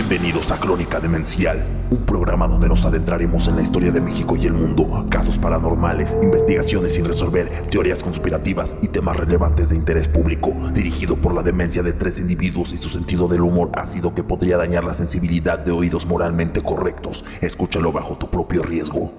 Bienvenidos a Crónica Demencial, un programa donde nos adentraremos en la historia de México y el mundo, casos paranormales, investigaciones sin resolver, teorías conspirativas y temas relevantes de interés público, dirigido por la demencia de 3 individuos y su sentido del humor ácido que podría dañar la sensibilidad de oídos moralmente correctos. Escúchalo bajo tu propio riesgo.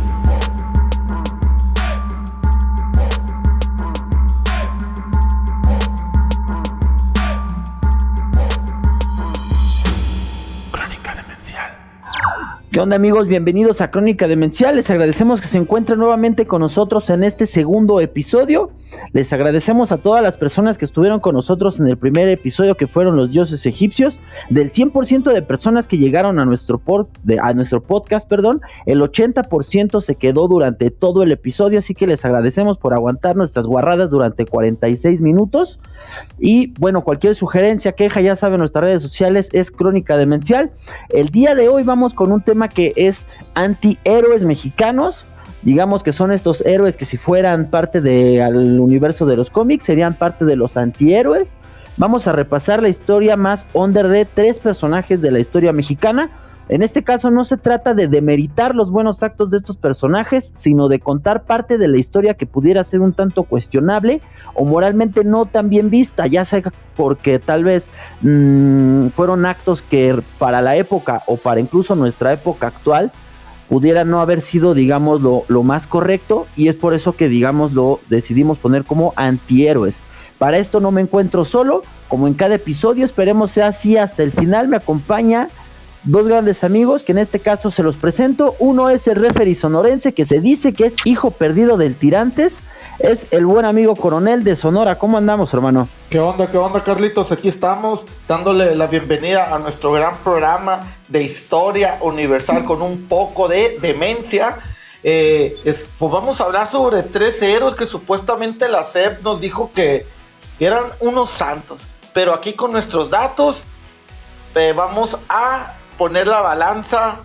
¿Qué onda, amigos? Bienvenidos a Crónica Demencial. Les agradecemos que se encuentren nuevamente con nosotros en este segundo episodio. Les agradecemos a todas las personas que estuvieron con nosotros en el primer episodio, que fueron los dioses egipcios. Del 100% de personas que llegaron a nuestro podcast, el 80% se quedó durante todo el episodio, así que les agradecemos por aguantar nuestras guarradas durante 46 minutos. Y bueno, cualquier sugerencia, queja, ya saben, nuestras redes sociales es Crónica Demencial. El día de hoy vamos con un tema que es antihéroes mexicanos. Digamos que son estos héroes que si fueran parte del universo de los cómics serían parte de los antihéroes. Vamos a repasar la historia más under de 3 personajes de la historia mexicana. En este caso no se trata de demeritar los buenos actos de estos personajes, sino de contar parte de la historia que pudiera ser un tanto cuestionable o moralmente no tan bien vista, ya sea porque tal vez fueron actos que para la época o para incluso nuestra época actual pudiera no haber sido, digamos, lo más correcto, y es por eso que, digamos, lo decidimos poner como antihéroes. Para esto no me encuentro solo, como en cada episodio, esperemos sea así hasta el final. Me acompaña 2 grandes amigos, que en este caso se los presento. Uno es el referee sonorense, que se dice que es hijo perdido del Tirantes. Es el buen amigo Coronel de Sonora. ¿Cómo andamos, hermano? ¿Qué onda, Carlitos? Aquí estamos dándole la bienvenida a nuestro gran programa de historia universal con un poco de demencia. Pues vamos a hablar sobre 3 héroes que supuestamente la SEP nos dijo que eran unos santos. Pero aquí con nuestros datos vamos a poner la balanza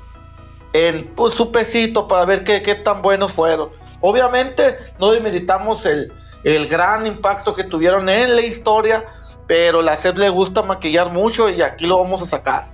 en su pesito para ver qué tan buenos fueron. Obviamente no demeritamos el gran impacto que tuvieron en la historia, pero a la SEP le gusta maquillar mucho y aquí lo vamos a sacar.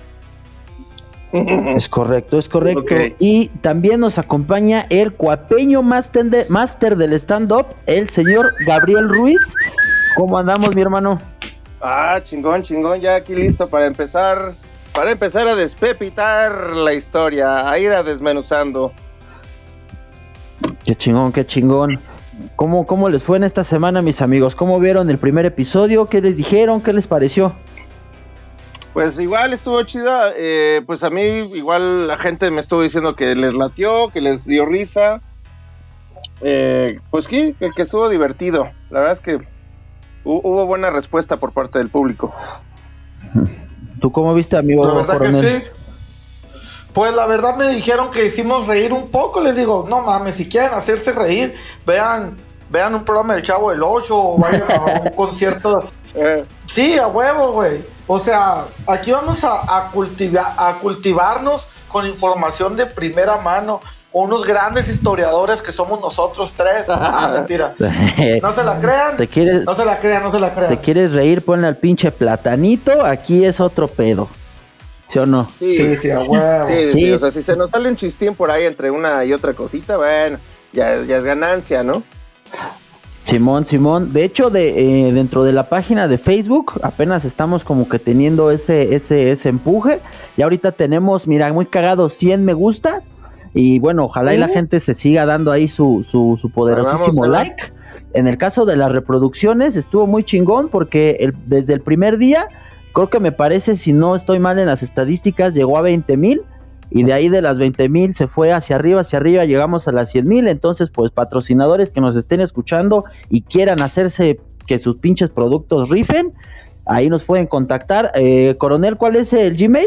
Es correcto. Okay. Y también nos acompaña el cuapeño máster del stand-up, el señor Gabriel Ruiz. ¿Cómo andamos, mi hermano? Chingón, ya aquí listo para empezar a despepitar la historia, a ir a desmenuzando. Qué chingón. ¿Cómo les fue en esta semana, mis amigos? ¿Cómo vieron el primer episodio? ¿Qué les dijeron? ¿Qué les pareció? Pues igual estuvo chida, pues a mí igual la gente me estuvo diciendo que les latió, que les dio risa. Pues sí, el que estuvo divertido. La verdad es que hubo buena respuesta por parte del público. ¿Tú cómo viste, amigo? La verdad Coronel? que sí. Pues la verdad me dijeron que hicimos reír un poco. Les digo, no mames, si quieren hacerse reír, vean un programa del Chavo del 8 o vayan a un concierto. Sí, a huevo, güey. O sea, aquí vamos a cultivarnos con información de primera mano, con unos grandes historiadores que somos nosotros 3. Mentira. No se la crean. No se la crean. ¿Te quieres reír? Ponle al pinche platanito. Aquí es otro pedo. ¿Sí o no? Sí, a huevo. Sí, o sea, si se nos sale un chistín por ahí entre una y otra cosita, bueno, ya es ganancia, ¿no? Simón. De hecho, dentro de la página de Facebook apenas estamos como que teniendo ese empuje. Y ahorita tenemos, mira, muy cagado, 100 me gustas. Y bueno, ojalá y la gente se siga dando ahí su poderosísimo like. En el caso de las reproducciones estuvo muy chingón porque desde el primer día, creo que me parece, si no estoy mal en las estadísticas, llegó a 20,000 y de ahí de las 20,000 se fue hacia arriba, llegamos a las 100,000. Entonces, pues patrocinadores que nos estén escuchando y quieran hacerse que sus pinches productos rifen, ahí nos pueden contactar. Coronel, ¿cuál es el Gmail?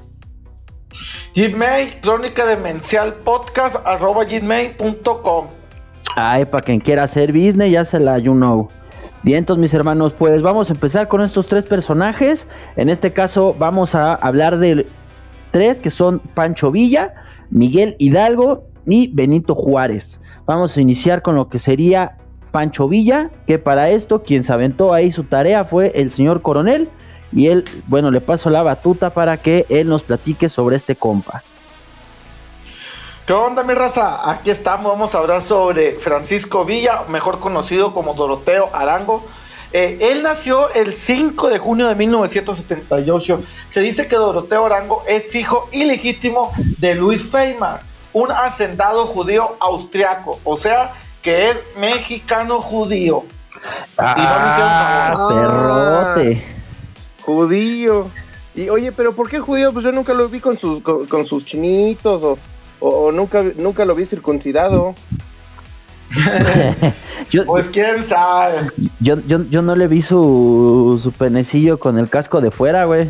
Gmail, Crónica Demencial Podcast @gmail.com. Ay, para quien quiera hacer business, ya se la you know. Bien, entonces, mis hermanos, pues vamos a empezar con estos 3 personajes. En este caso vamos a hablar de 3 que son Pancho Villa, Miguel Hidalgo y Benito Juárez. Vamos a iniciar con lo que sería Pancho Villa, que para esto quien se aventó ahí su tarea fue el señor Coronel, y él, bueno, le paso la batuta para que él nos platique sobre este compa. ¿Qué onda, mi raza? Aquí estamos, vamos a hablar sobre Francisco Villa, mejor conocido como Doroteo Arango. Él nació el 5 de junio de 1978. Se dice que Doroteo Arango es hijo ilegítimo de Luis Feymar, un hacendado judío austriaco, o sea, que es mexicano judío. Y no me hicieron favor. Perrote. Judío. Y oye, pero ¿por qué judío? Pues yo nunca lo vi con sus chinitos o nunca lo vi circuncidado. Pues quién sabe. Yo no le vi su penecillo con el casco de fuera, güey.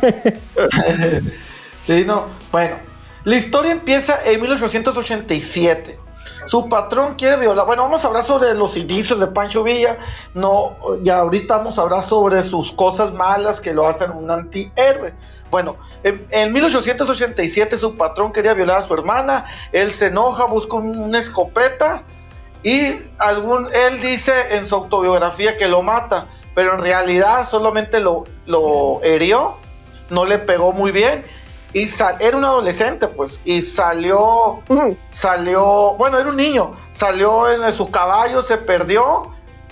Sí, no. Bueno, la historia empieza en 1887. Su patrón quiere violar. Bueno, vamos a hablar sobre los inicios de Pancho Villa. No, ya ahorita vamos a hablar sobre sus cosas malas que lo hacen un antihéroe. Bueno, en 1887 su patrón quería violar a su hermana. Él se enoja, busca una escopeta y él dice en su autobiografía que lo mata, pero en realidad solamente lo hirió, no le pegó muy bien. Y era un adolescente, pues, y salió, bueno, era un niño, salió en su caballo, se perdió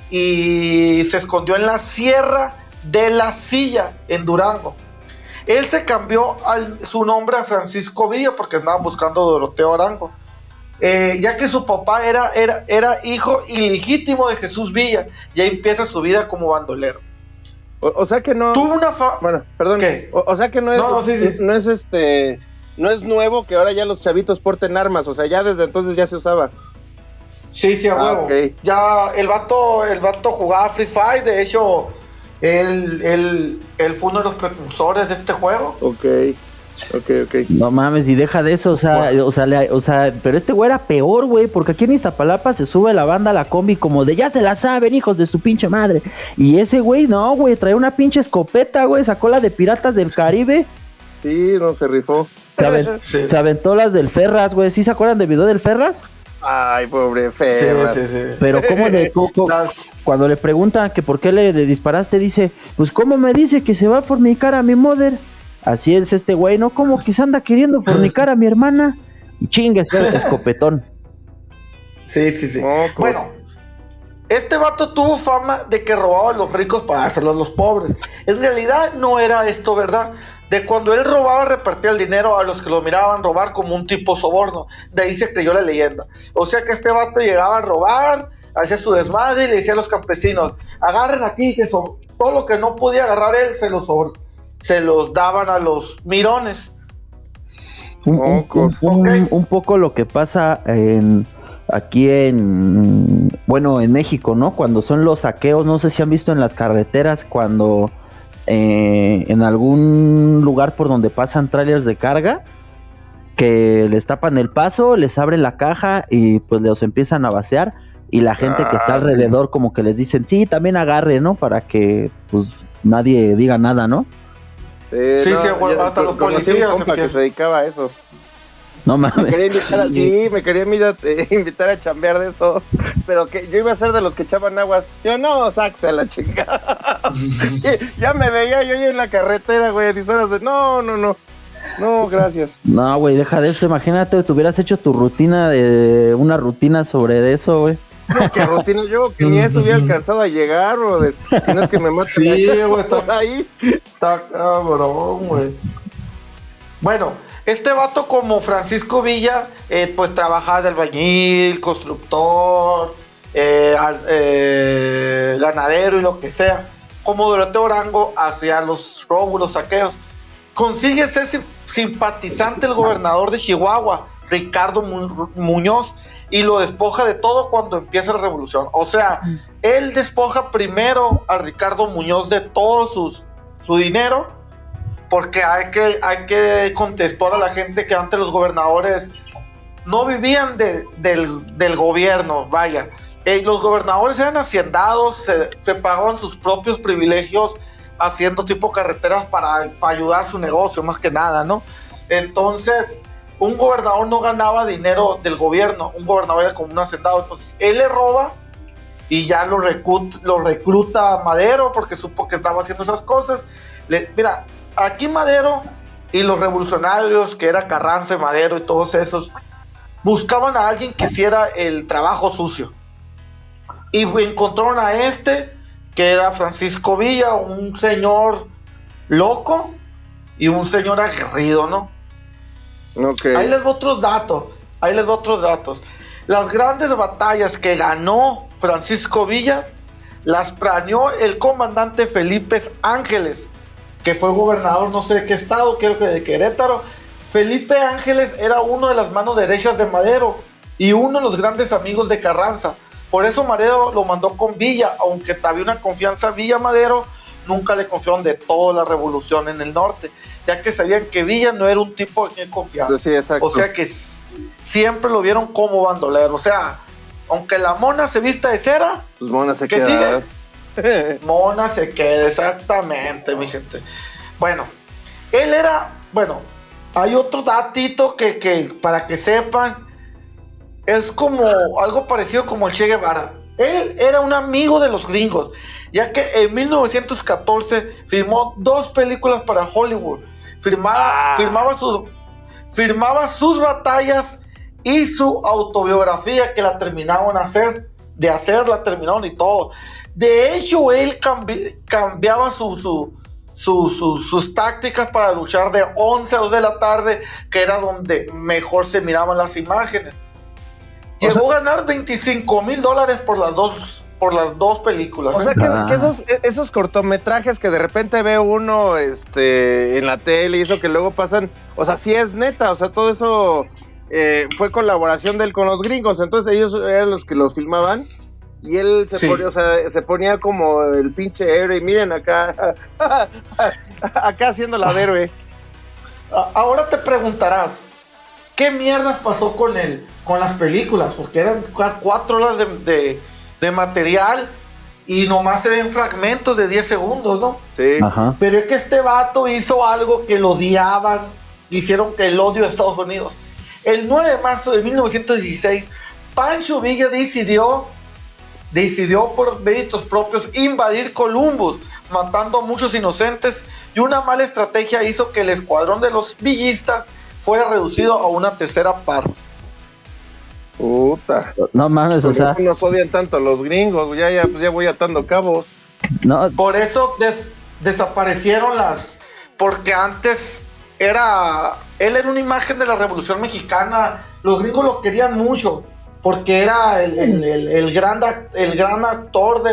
y se escondió en la Sierra de la Silla, en Durango. Él se cambió su nombre a Francisco Villa porque andaban buscando a Doroteo Arango, ya que su papá era hijo ilegítimo de Jesús Villa, y ahí empieza su vida como bandolero. O sea que no. Tuvo una Bueno, perdón. ¿Qué? O sea que no es. Sí. No es nuevo que ahora ya los chavitos porten armas. O sea, ya desde entonces ya se usaba. Sí, a huevo. Okay. Ya el vato jugaba Free Fire. De hecho, él fue uno de los precursores de este juego. Ok. No mames, y deja de eso, pero este güey era peor, güey, porque aquí en Iztapalapa se sube la banda a la combi como de ya se la saben, hijos de su pinche madre. Y ese güey, no, güey, traía una pinche escopeta, güey, sacó la de Piratas del Caribe. Sí, no, se rifó. Se aventó las del Ferraz, güey. ¿Sí se acuerdan del video del Ferraz? Ay, pobre Ferraz. Sí. Pero cuando le preguntan que por qué le disparaste, dice, pues cómo me dice que se va a fornicar a mi mother. Así es este güey, ¿no? Como que se anda queriendo fornicar a mi hermana. Y chingues, escopetón. Sí. Oh, pues. Bueno, este vato tuvo fama de que robaba a los ricos para dárselos a los pobres. En realidad no era esto, ¿verdad? De cuando él robaba, repartía el dinero a los que lo miraban robar como un tipo soborno. De ahí se creyó la leyenda. O sea que este vato llegaba a robar, hacía su desmadre y le decía a los campesinos, agarren aquí, que todo lo que no podía agarrar él se los daban a los mirones. Un poco lo que pasa aquí en México, ¿no? Cuando son los saqueos, no sé si han visto en las carreteras, cuando en algún lugar por donde pasan trailers de carga, que les tapan el paso, les abren la caja y pues los empiezan a vaciar, y la gente que está alrededor como que les dicen, sí, también agarre, ¿no? Para que pues nadie diga nada, ¿no? Sí, hasta los policías. Que se dedicaba a eso. No mames. Me quería invitar a chambear de eso. Pero que yo iba a ser de los que echaban aguas. Yo no, saxe a la chingada. Ya me veía yo ahí en la carretera, güey. No, gracias. No, güey, deja de eso. Imagínate, tú hubieras hecho una rutina sobre eso, güey. No, que rutina, yo que ni eso hubiera alcanzado a llegar, brother. Si no es que me maten. Sí, güey, ahí. Está cabrón, güey. Bueno, este vato como Francisco Villa, pues trabajaba de albañil, constructor, ganadero y lo que sea. Como Doroteo Arango hacía los robos, los saqueos. Consigue ser simpatizante el gobernador de Chihuahua, Ricardo Muñoz, y lo despoja de todo cuando empieza la revolución. O sea, él despoja primero a Ricardo Muñoz de todo su dinero, porque hay que contestar a la gente que antes los gobernadores no vivían del gobierno, vaya. Los gobernadores eran haciendados, se pagaban sus propios privilegios haciendo tipo carreteras para ayudar a su negocio, más que nada, ¿no? Entonces, un gobernador no ganaba dinero del gobierno, un gobernador era como un hacendado. Entonces, él le roba y ya lo recluta Madero porque supo que estaba haciendo esas cosas. Mira, aquí Madero y los revolucionarios, que era Carranza y Madero y todos esos, buscaban a alguien que hiciera el trabajo sucio. Y encontraron a que era Francisco Villa, un señor loco y un señor aguerrido, ¿no? Okay. Ahí les va otros datos. Las grandes batallas que ganó Francisco Villa las planeó el comandante Felipe Ángeles, que fue gobernador no sé de qué estado, creo que de Querétaro. Felipe Ángeles era uno de las manos derechas de Madero y uno de los grandes amigos de Carranza. Por eso Madero lo mandó con Villa, aunque había una confianza Villa-Madero, nunca le confiaron de toda la revolución en el norte, ya que sabían que Villa no era un tipo en quien confiar. Sí, exacto. O sea que siempre lo vieron como bandolero. O sea, aunque la mona se vista de cera, pues mona se ¿qué queda. sigue? Mona se queda, exactamente, mi gente. Bueno, él era, hay otro datito que para que sepan, es como algo parecido como el Che Guevara. Él era un amigo de los gringos, ya que en 1914 filmó 2 películas para Hollywood. Firmaba sus batallas y su autobiografía, que la terminaron la terminaron y todo. De hecho, él cambiaba sus tácticas para luchar de 11 a 2 de la tarde, que era donde mejor se miraban las imágenes. Llegó a ganar $25,000 por las dos películas. O sea que esos cortometrajes que de repente ve uno en la tele y eso que luego pasan, o sea, sí es neta, o sea, todo eso fue colaboración de él con los gringos, entonces ellos eran los que los filmaban y él se ponía como el pinche héroe y miren acá, acá haciendo la de héroe. Ahora te preguntarás, ¿qué mierdas pasó con las películas? Porque eran 4 horas de material y nomás se ven fragmentos de 10 segundos, ¿no? Sí. Ajá. Pero es que este vato hizo algo que lo odiaban, hicieron que el odio de Estados Unidos. El 9 de marzo de 1916, Pancho Villa decidió por méritos propios invadir Columbus, matando a muchos inocentes, y una mala estrategia hizo que el escuadrón de los villistas fuera reducido a una tercera parte. Puta. No mames, o sea. Nos odian tanto los gringos, ya voy atando cabos. No. Por eso desaparecieron porque antes él era una imagen de la Revolución Mexicana. Los gringos lo querían mucho porque era el gran actor,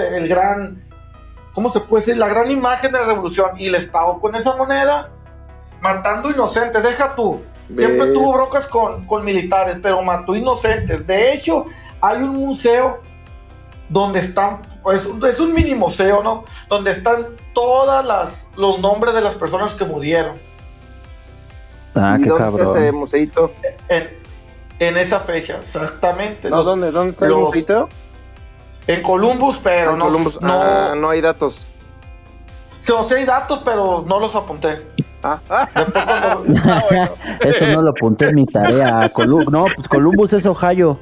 ¿cómo se puede decir? La gran imagen de la revolución, y les pagó con esa moneda matando inocentes. Deja tú, siempre tuvo broncas con militares, pero mató inocentes. De hecho, hay un museo donde están, es un mini museo, ¿no? Donde están los nombres de las personas que murieron. Qué cabrón. ¿Ese museito? En esa fecha, exactamente. No, ¿dónde está el museito? En Columbus, pero no hay datos. Sí, hay datos, pero no los apunté. Después bueno. Eso no lo apunté en mi tarea. Columbus es Ohio.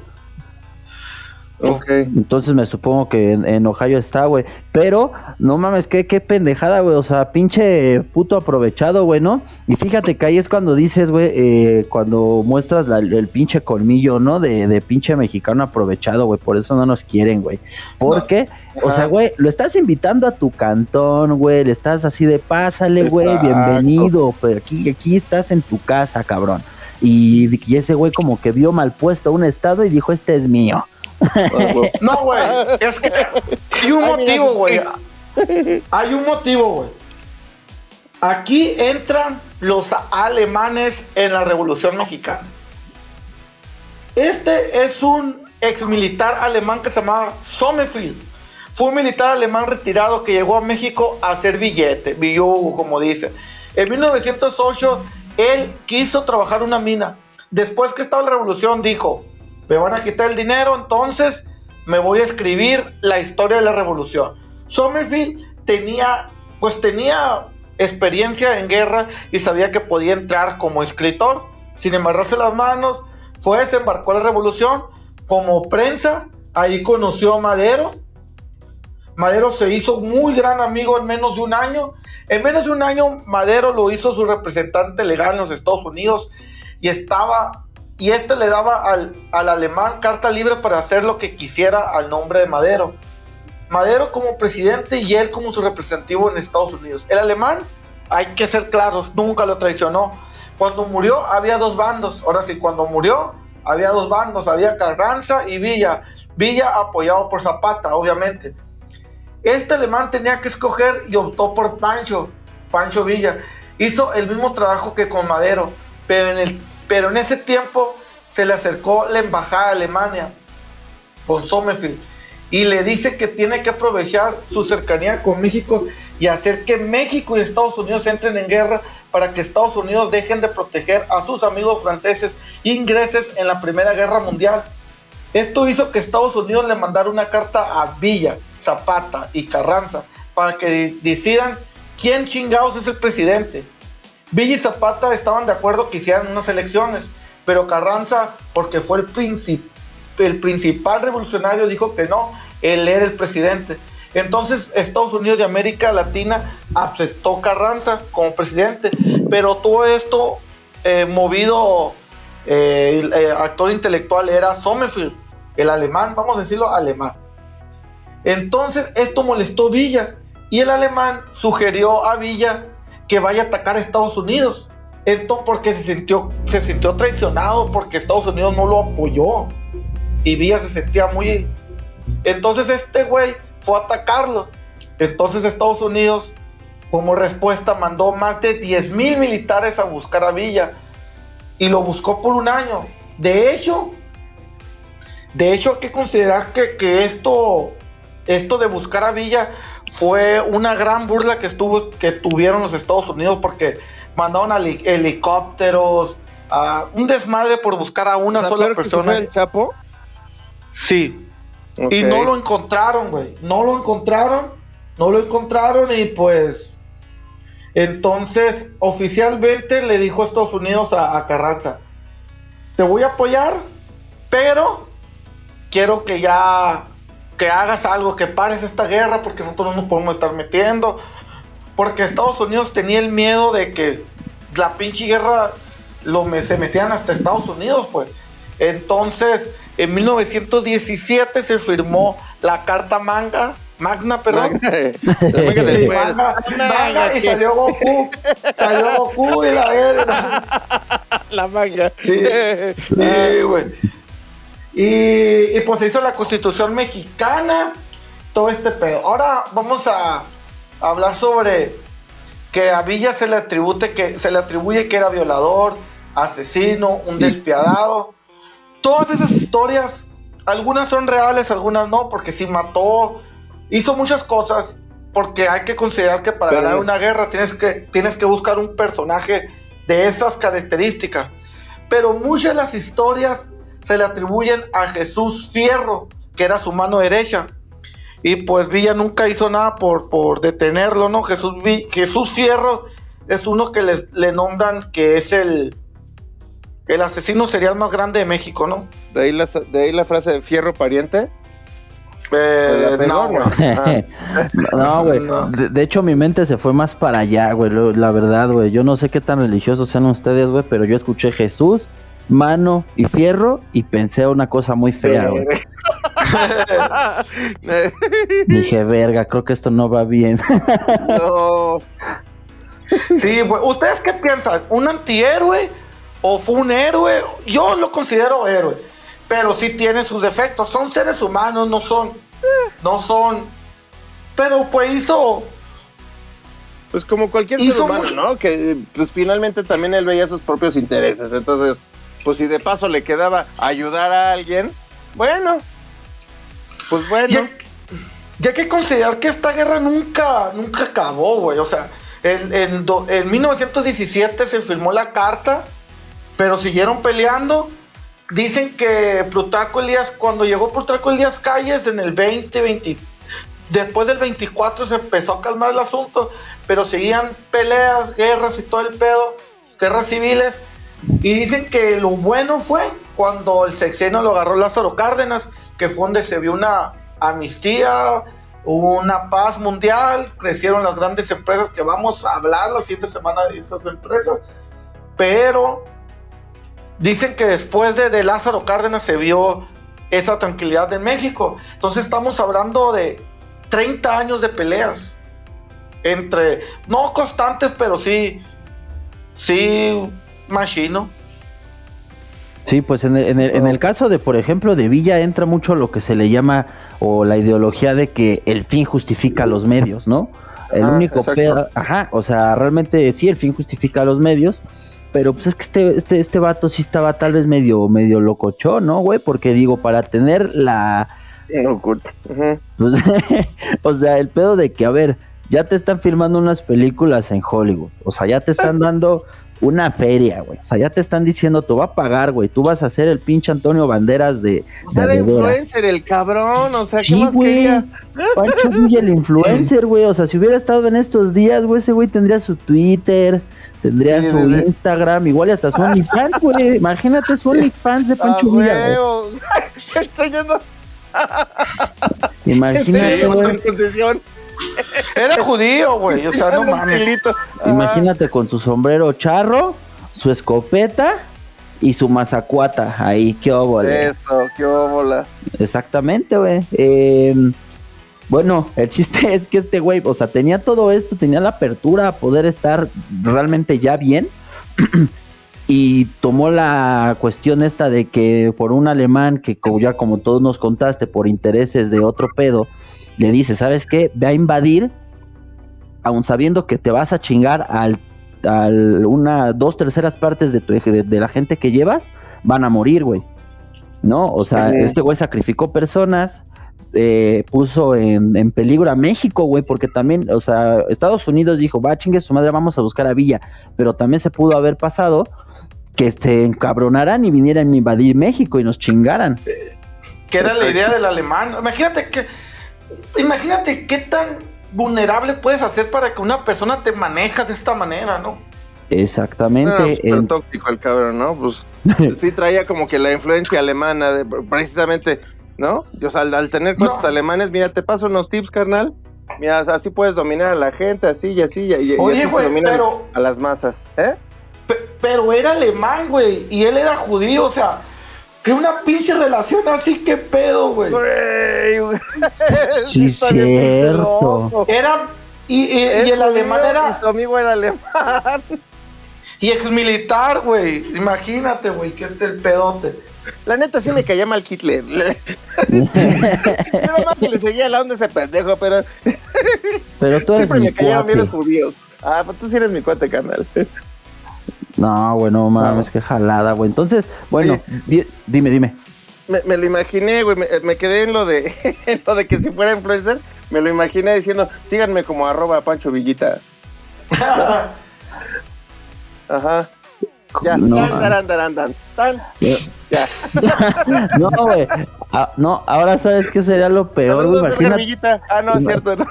Okay. Entonces me supongo que en Ohio está, güey. Pero, no mames, qué pendejada, güey. O sea, pinche puto aprovechado, güey, ¿no? Y fíjate que ahí es cuando dices, güey, cuando muestras el pinche colmillo, ¿no? De pinche mexicano aprovechado, güey. Por eso no nos quieren, güey. Porque, o sea, güey, lo estás invitando a tu cantón, güey. Le estás así de pásale, güey, bienvenido. Pero aquí estás en tu casa, cabrón. Y ese güey como que vio mal puesto un estado y dijo, este es mío. No, güey, es que hay un motivo, güey. Hay un motivo, güey. Aquí entran los alemanes en la Revolución Mexicana. Este es un ex militar alemán que se llamaba Sommerfeld. Fue un militar alemán retirado que llegó a México a hacer billugo, como dice. En 1908, él quiso trabajar una mina. Después que estaba la revolución, dijo: me van a quitar el dinero, entonces me voy a escribir la historia de la revolución. Sommerfeld tenía experiencia en guerra y sabía que podía entrar como escritor. Sin embarrarse las manos, desembarcó a la revolución como prensa. Ahí conoció a Madero. Madero se hizo muy gran amigo en menos de un año. En menos de un año, Madero lo hizo su representante legal en los Estados Unidos y este le daba al alemán carta libre para hacer lo que quisiera al nombre de Madero. Madero como presidente y él como su representativo en Estados Unidos. El alemán, hay que ser claros, nunca lo traicionó. Cuando murió había dos bandos. Ahora sí, cuando murió había dos bandos. Había Carranza y Villa. Villa apoyado por Zapata, obviamente. Este alemán tenía que escoger y optó por Pancho Villa. Hizo el mismo trabajo que con Madero, pero en ese tiempo se le acercó la embajada de Alemania con Sommerfeld y le dice que tiene que aprovechar su cercanía con México y hacer que México y Estados Unidos entren en guerra para que Estados Unidos dejen de proteger a sus amigos franceses e ingresen en la Primera Guerra Mundial. Esto hizo que Estados Unidos le mandara una carta a Villa, Zapata y Carranza para que decidan quién chingados es el presidente. Villa y Zapata estaban de acuerdo que hicieran unas elecciones, pero Carranza, porque fue el principal revolucionario, dijo que no, él era el presidente. Entonces Estados Unidos de América Latina aceptó Carranza como presidente, pero todo esto movido, el actor intelectual era Sommerfeld, el alemán, vamos a decirlo alemán. Entonces esto molestó a Villa y el alemán sugirió a Villa que vaya a atacar a Estados Unidos. Entonces, porque se sintió traicionado porque Estados Unidos no lo apoyó y Villa se sentía muy... Entonces este güey fue a atacarlo. Entonces Estados Unidos, como respuesta, mandó más de 10,000 militares a buscar a Villa y lo buscó por un año. De hecho hay que considerar que esto de buscar a Villa fue una gran burla que tuvieron los Estados Unidos, porque mandaron helicópteros, un desmadre por buscar a una sola persona. ¿Fue el Chapo? Sí. Okay. Y no lo encontraron, güey. No lo encontraron y pues... Entonces, oficialmente le dijo a Estados Unidos a Carranza: te voy a apoyar, pero quiero que hagas algo, que pares esta guerra, porque nosotros no nos podemos estar metiendo. Porque Estados Unidos tenía el miedo de que la pinche guerra se metieran hasta Estados Unidos, pues. Entonces, en 1917 se firmó la Carta Magna, y salió Goku y la verga. La manga. Sí, güey. Y pues se hizo la Constitución mexicana, todo este pedo. Ahora vamos a hablar sobre que a Villa se le atribuye que era violador, asesino, un despiadado. Todas esas historias, algunas son reales, algunas no, porque sí mató, hizo muchas cosas, porque hay que considerar que para ganar una guerra tienes que buscar un personaje de esas características. Pero muchas de las historias se le atribuyen a Jesús Fierro, que era su mano derecha. Y pues Villa nunca hizo nada por detenerlo, ¿no? Jesús Fierro es uno que le nombran que es el asesino serial más grande de México, ¿no? De ahí la frase de Fierro pariente. No, güey. No, güey. De hecho, mi mente se fue más para allá, güey. La verdad, güey. Yo no sé qué tan religiosos sean ustedes, güey, pero yo escuché Jesús, mano y fierro y pensé una cosa muy fea, güey. Dije, verga, creo que esto no va bien. No. Sí, güey. ¿Ustedes qué piensan? ¿Un antihéroe o fue un héroe? Yo lo considero héroe, pero sí tiene sus defectos. Son seres humanos, no son. Pero pues hizo. Pues como cualquier ser humano, ¿no? Que pues finalmente también él veía sus propios intereses. Entonces, pues si de paso le quedaba ayudar a alguien, bueno. Pues bueno. Ya que considerar que esta guerra nunca acabó, güey. O sea, en 1917 se firmó la carta, pero siguieron peleando. Dicen que Plutarco Elías, cuando llegó Plutarco Elías Calles en el 20, después del 24 se empezó a calmar el asunto, pero seguían peleas, guerras y todo el pedo, guerras civiles. Y dicen que lo bueno fue cuando el sexenio lo agarró Lázaro Cárdenas, que fue donde se vio una amnistía, hubo una paz mundial, crecieron las grandes empresas que vamos a hablar la siguiente semana de esas empresas, pero dicen que después de Lázaro Cárdenas se vio esa tranquilidad en México. Entonces estamos hablando de 30 años de peleas entre, no constantes, pero sí machino. Sí, pues en el caso de, por ejemplo, de Villa entra mucho lo que se le llama, o la ideología de que el fin justifica los medios, ¿no? El único pedo, o sea, realmente sí, el fin justifica los medios, pero pues es que este vato sí estaba tal vez medio locochón, ¿no, güey? Porque digo, para tener la... pues, o sea, el pedo de que, a ver, ya te están filmando unas películas en Hollywood, o sea, ya te están dando una feria, güey, o sea, ya te están diciendo, te va a pagar, güey, tú vas a ser el pinche Antonio Banderas de era influencer, el cabrón, o sea, sí, ¿qué más güey, quería? Pancho Villa, el influencer, güey, o sea, si hubiera estado en estos días, güey, ese güey tendría su Twitter, tendría su Instagram, igual y hasta su OnlyFans, güey, imagínate su OnlyFans de Pancho Villa, güey. Estoy yendo. Imagínate, güey. Era judío, güey, o sea, no mames. Imagínate con su sombrero charro, su escopeta y su mazacuata ahí, qué óbola. Eso, qué óbola. Exactamente, güey. Bueno, el chiste es que este güey, o sea, tenía todo esto, tenía la apertura a poder estar realmente ya bien. Y tomó la cuestión esta de que por un alemán que como todos nos contaste, por intereses de otro pedo, le dice, ¿sabes qué? Ve a invadir, aun sabiendo que te vas a chingar al 2/3 partes de la gente que llevas, van a morir, güey, ¿no? O sea, este güey sacrificó personas, puso en peligro a México, güey, porque también, o sea, Estados Unidos dijo, va, chingue su madre, vamos a buscar a Villa, pero también se pudo haber pasado que se encabronaran y vinieran a invadir México y nos chingaran. Que era la idea del alemán. Imagínate qué tan vulnerable puedes hacer para que una persona te maneja de esta manera, ¿no? Exactamente. Pero tóxico el cabrón, ¿no? Pues sí traía como que la influencia alemana, precisamente, ¿no? O sea, al tener cuentos alemanes, mira, te paso unos tips, carnal. Mira, así puedes dominar a la gente, así y así. Oye, güey, pero... a las masas, Pero era alemán, güey, y él era judío, o sea... Que una pinche relación así, qué pedo, güey. Sí, cierto. Era... Y el alemán era... Y su amigo era alemán. Y ex militar, güey. Imagínate, güey, que es el pedote. La neta sí me caía mal Hitler. Yo nomás que le seguía la onda ese pendejo, pero... Pero tú eres mi cuate. Me caían bien los judíos. Ah, pues tú sí eres mi cuate, carnal. No, güey, no mames, qué jalada, güey. Entonces, bueno, sí. Dime. Me lo imaginé, güey, me quedé en lo de que si fuera influencer, me lo imaginé diciendo, síganme como @Pancho Villita. Ajá. Ya, no, ya. No, güey. No, ahora sabes qué sería lo peor, güey. Imagínate. Villita. Ah, no, es cierto, no.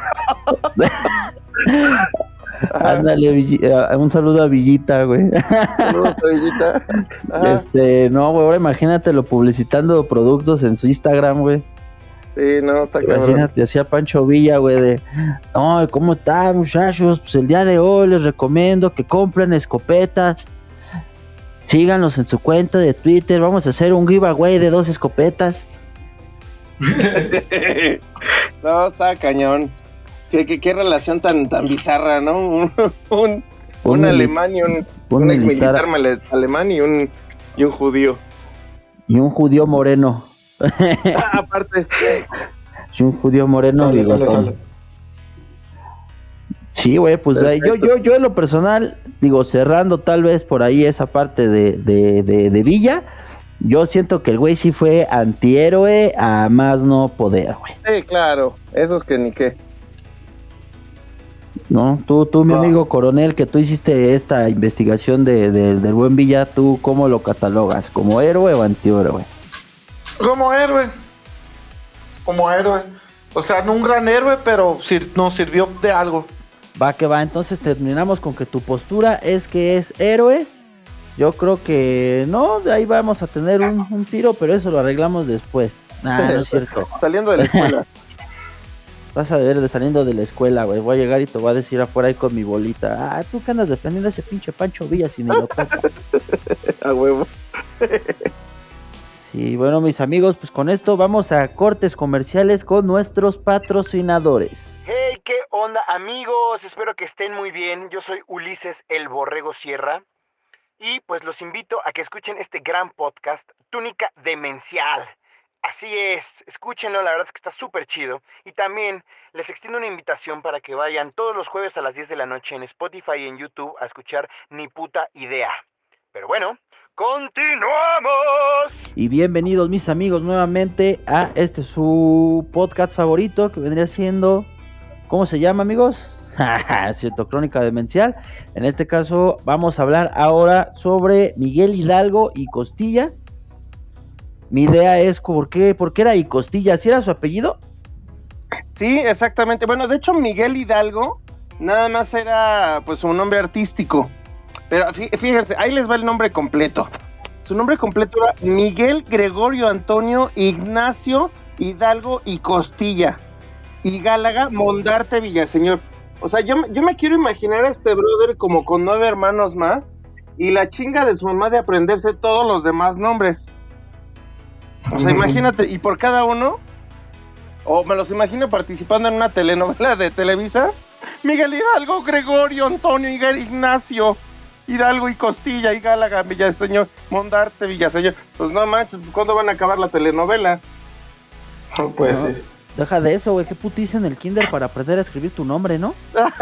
Ándale, un saludo a Villita, güey. Saludos a Villita. Ajá. No, güey, ahora imagínatelo publicitando productos en su Instagram, güey. Sí, no, está cabrón. Imagínate, hacía Pancho Villa, güey, de... No, ¿cómo están, muchachos? Pues el día de hoy les recomiendo que compren escopetas. Síganos en su cuenta de Twitter. Vamos a hacer un giveaway de 2 escopetas. No, está cañón. ¿Qué relación tan bizarra, ¿no? Un alemán y un ex militar alemán y un judío. Y un judío moreno. Aparte. Y un judío moreno. Sale. Sí, güey, pues yo en lo personal, digo, cerrando tal vez por ahí esa parte de Villa, yo siento que el güey sí fue antihéroe a más no poder, güey. Sí, claro, esos que ni qué. No, tú mi amigo coronel, que tú hiciste esta investigación del buen Villa, ¿tú cómo lo catalogas? ¿Como héroe o antihéroe? Como héroe. O sea, no un gran héroe, pero nos sirvió de algo. Va que va, entonces terminamos con que tu postura es que es héroe. Yo creo que no, de ahí vamos a tener un tiro, pero eso lo arreglamos después. No es cierto. Saliendo de la escuela. Vas a ver de saliendo de la escuela, güey. Voy a llegar y te voy a decir afuera ahí con mi bolita. Ah, tú que andas defendiendo a ese pinche Pancho Villa si ni lo topas. A huevo. Sí, bueno, mis amigos, pues con esto vamos a cortes comerciales con nuestros patrocinadores. Hey, ¿qué onda, amigos? Espero que estén muy bien. Yo soy Ulises el Borrego Sierra. Y pues los invito a que escuchen este gran podcast, Túnica Demencial. Así es, escúchenlo, la verdad es que está súper chido. Y también les extiendo una invitación para que vayan todos los jueves a las 10 de la noche en Spotify y en YouTube a escuchar Ni Puta Idea. Pero bueno, ¡continuamos! Y bienvenidos, mis amigos, nuevamente a su podcast favorito, que vendría siendo... ¿Cómo se llama, amigos? Cierto, Crónica Demencial. En este caso vamos a hablar ahora sobre Miguel Hidalgo y Costilla. Mi idea es ¿por qué era y Costilla? ¿Sí era su apellido? Sí, exactamente. Bueno, de hecho Miguel Hidalgo nada más era pues un nombre artístico. Pero fíjense, ahí les va el nombre completo. Su nombre completo era Miguel Gregorio Antonio Ignacio Hidalgo y Costilla y Gálaga Mondarte Villaseñor. O sea, yo me quiero imaginar a este brother como con 9 hermanos más y la chinga de su mamá de aprenderse todos los demás nombres. O sea, imagínate, y por cada uno, o me los imagino participando en una telenovela de Televisa, Miguel Hidalgo, Gregorio, Antonio, Ignacio, Hidalgo y Costilla y Gálaga, Villaseñor, Mondarte, Villaseñor. Pues no manches, ¿cuándo van a acabar la telenovela? Pues No, sí. deja de eso, güey, qué putiza en el kinder para aprender a escribir tu nombre, ¿no?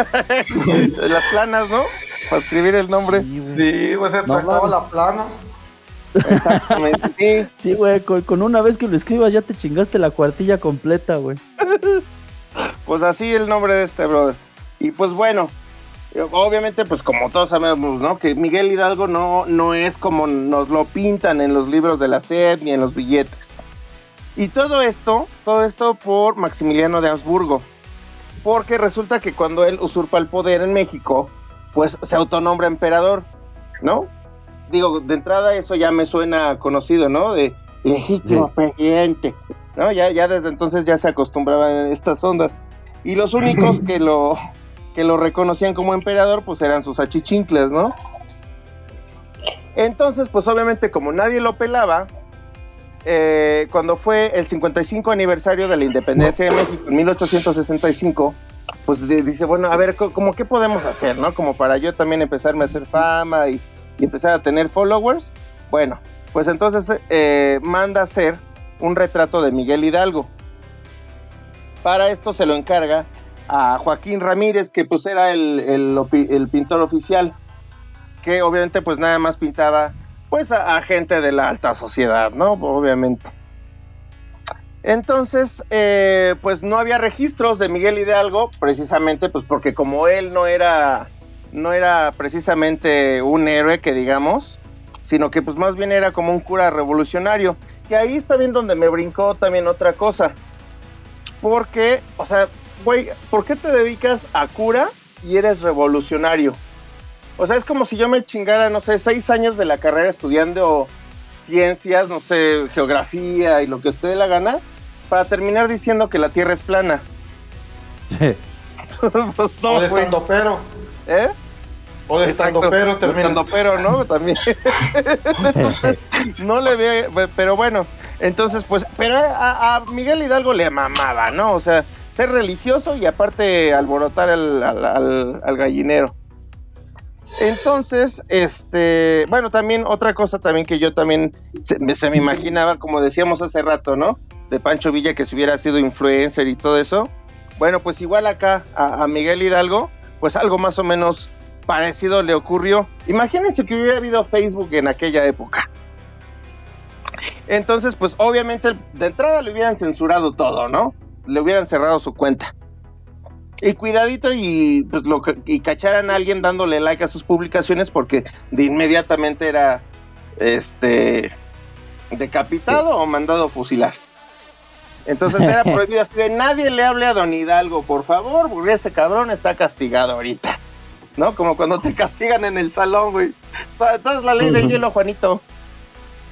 Las planas, ¿no? Para escribir el nombre. Sí, pues se No, trataba mames. la plana. Exactamente, sí. Sí, güey, con una vez que lo escribas ya te chingaste la cuartilla completa, güey. Pues así el nombre de este brother. Y pues bueno, obviamente pues como todos sabemos, ¿no? Que Miguel Hidalgo no es como nos lo pintan en los libros de la SED ni en los billetes. Y todo esto por Maximiliano de Habsburgo. Porque resulta que cuando él usurpa el poder en México, pues se autonombra emperador, ¿no? Digo, de entrada eso ya me suena conocido, ¿no? De legítimo presidente, ¿no? Ya desde entonces ya se acostumbraban a estas ondas. Y los únicos que lo reconocían como emperador, pues eran sus achichincles, ¿no? Entonces, pues obviamente como nadie lo pelaba, cuando fue el 55 aniversario de la independencia de México en 1865, pues dice, bueno, a ver, ¿cómo qué podemos hacer, no? Como para yo también empezarme a hacer fama y empezar a tener followers. Bueno, pues entonces manda a hacer un retrato de Miguel Hidalgo. Para esto se lo encarga a Joaquín Ramírez, que pues era el pintor oficial, que obviamente pues nada más pintaba pues a gente de la alta sociedad, ¿no? Obviamente. Entonces, pues no había registros de Miguel Hidalgo, precisamente pues porque como él no era precisamente un héroe que digamos, sino que pues más bien era como un cura revolucionario. Y ahí está bien donde me brincó también otra cosa. Porque, o sea, güey, ¿por qué te dedicas a cura y eres revolucionario? O sea, es como si yo me chingara, no sé, 6 años de la carrera estudiando ciencias, no sé, geografía y lo que usted dé la gana, para terminar diciendo que la Tierra es plana. Pues no, O de güey. estandopero. ¿Eh? O de estandopero termina. Estandopero, ¿no? También. No le ve, pero bueno, entonces pues, pero a Miguel Hidalgo le mamaba, ¿no? O sea, ser religioso y aparte alborotar al gallinero. Entonces, bueno, también otra cosa también que yo también se me imaginaba, como decíamos hace rato, ¿no? De Pancho Villa, que si hubiera sido influencer y todo eso. Bueno, pues igual acá a Miguel Hidalgo, pues algo más o menos parecido le ocurrió. Imagínense que hubiera habido Facebook en aquella época. Entonces, pues obviamente de entrada le hubieran censurado todo, ¿no? Le hubieran cerrado su cuenta. Y cuidadito y pues y cacharan a alguien dándole like a sus publicaciones porque de inmediatamente era decapitado o mandado a fusilar. Entonces era prohibido así de nadie le hable a don Hidalgo, por favor, porque ese cabrón está castigado ahorita, ¿no? Como cuando te castigan en el salón, güey. Esta es la ley del hielo, Juanito.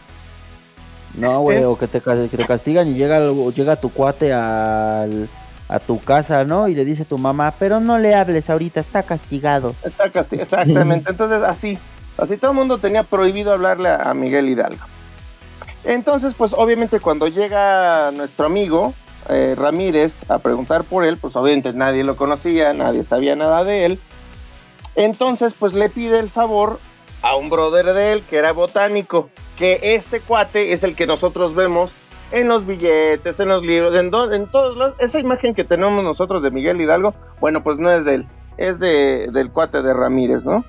No, güey, o que te castigan y llega tu cuate al a tu casa, ¿no? Y le dice a tu mamá, pero no le hables ahorita, está castigado. Está castigado, exactamente. Entonces, así todo el mundo tenía prohibido hablarle a Miguel Hidalgo. Entonces, pues obviamente cuando llega nuestro amigo Ramírez a preguntar por él, pues obviamente nadie lo conocía, nadie sabía nada de él. Entonces, pues le pide el favor a un brother de él que era botánico, que este cuate es el que nosotros vemos en los billetes, en los libros, en todos los... Esa imagen que tenemos nosotros de Miguel Hidalgo, bueno, pues no es de él, es del cuate de Ramírez, ¿no?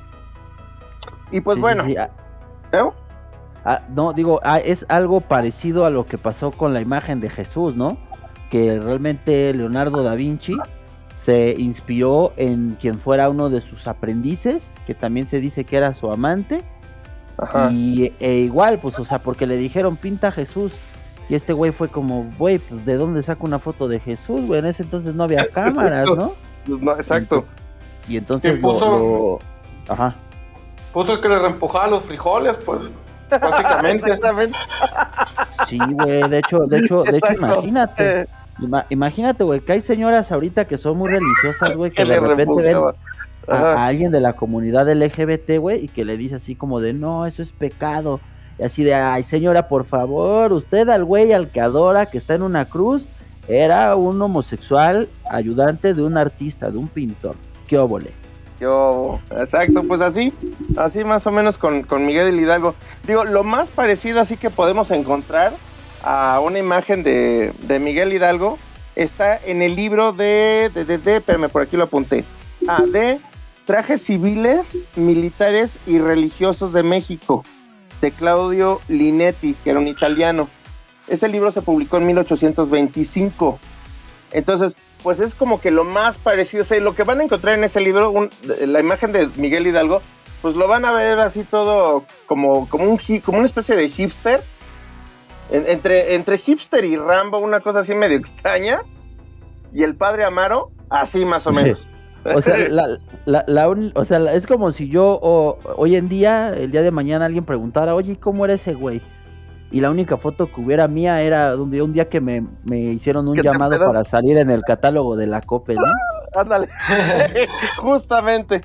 Y pues Sí, bueno, sí, sí. ¿no? No, digo, es algo parecido a lo que pasó con la imagen de Jesús, ¿no? Que realmente Leonardo da Vinci se inspiró en quien fuera uno de sus aprendices, que también se dice que era su amante. Ajá. Y igual, pues, o sea, porque le dijeron pinta a Jesús. Y este güey fue como, güey, pues, ¿de dónde saco una foto de Jesús, güey? En ese entonces no había cámaras, ¿no? Pues no, exacto. Y entonces Ajá. Puso el que le reempujaba los frijoles, pues, básicamente. Exactamente. Sí, güey, de hecho, Exacto. imagínate, güey, que hay señoras ahorita que son muy religiosas, güey, que Que de le repente ven repujaba. a alguien de la comunidad LGBT, güey, y que le dice así como de, no, eso es pecado. Y así de, ay, señora, por favor, usted al güey al que adora, que está en una cruz, era un homosexual ayudante de un artista, de un pintor. ¿Qué óvole? Exacto, pues así más o menos con Miguel Hidalgo. Digo, lo más parecido así que podemos encontrar a una imagen de Miguel Hidalgo está en el libro espérame, por aquí lo apunté. De Trajes Civiles, Militares y Religiosos de México, de Claudio Linetti, que era un italiano. Ese libro se publicó en 1825. Entonces, pues es como que lo más parecido, o sea, lo que van a encontrar en ese libro, la imagen de Miguel Hidalgo, pues lo van a ver así todo como una especie de hipster, entre hipster y Rambo, una cosa así medio extraña, y el padre Amaro, así más o menos. O sea, es como si yo hoy en día, el día de mañana, alguien preguntara, oye, ¿cómo era ese güey? Y la única foto que hubiera mía era un día que me hicieron un llamado para salir en el catálogo de la Coppel, ¿no? Ándale. Justamente.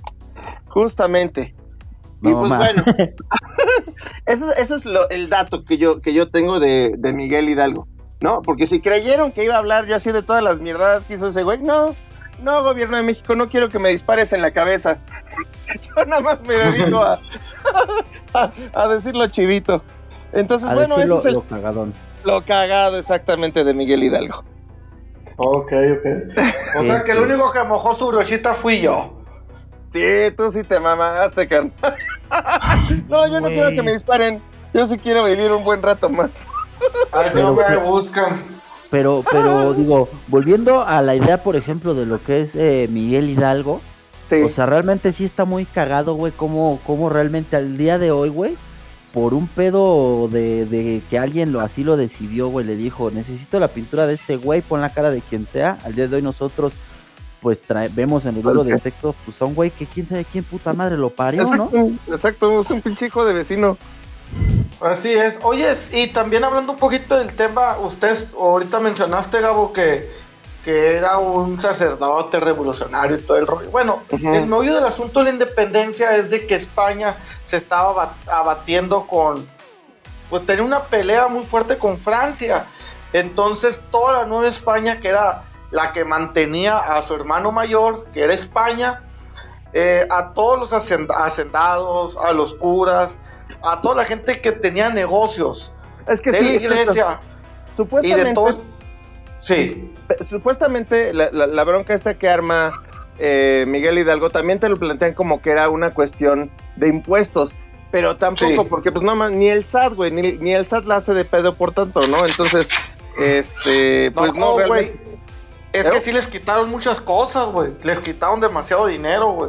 No, y pues bueno, eso es el dato que yo tengo de Miguel Hidalgo, ¿no? Porque si creyeron que iba a hablar yo así de todas las mierdas que hizo ese güey, no, gobierno de México, no quiero que me dispares en la cabeza. Yo nada más me dedico a decirlo chidito. Entonces, bueno, eso es lo cagadón. Lo cagado exactamente de Miguel Hidalgo. Ok. O sea que el único que mojó su brochita fui yo. Sí, tú sí te mamaste, carnal. No, yo no quiero que me disparen. Yo sí quiero vivir un buen rato más. A ver si no me buscan. Pero digo, volviendo a la idea, por ejemplo, de lo que es Miguel Hidalgo, sí. O sea, realmente sí está muy cagado, güey, cómo realmente al día de hoy, güey, por un pedo de que alguien así lo decidió, güey, le dijo, necesito la pintura de este güey, pon la cara de quien sea. Al día de hoy nosotros, pues, vemos en el libro del texto, pues, son güey que quién sabe quién puta madre lo parió, exacto, ¿no? Exacto, es un pinche hijo de vecino. Así es. Oye, y también hablando un poquito del tema, usted ahorita mencionaste, Gabo, que era un sacerdote revolucionario y todo el rollo. Bueno, el meollo del asunto de la independencia es de que España se estaba abatiendo pues tenía una pelea muy fuerte con Francia. Entonces toda la Nueva España, que era la que mantenía a su hermano mayor, que era España, a todos los hacendados, a los curas, a toda la gente que tenía negocios, es que de sí, la iglesia supuestamente, y de todo. Sí. Supuestamente la bronca esta que arma Miguel Hidalgo también te lo plantean como que era una cuestión de impuestos, pero tampoco, porque pues no más, ni el SAT, güey, ni el SAT la hace de pedo por tanto, ¿no? Entonces, pues no, güey. Es que sí les quitaron muchas cosas, güey. Les quitaron demasiado dinero, güey.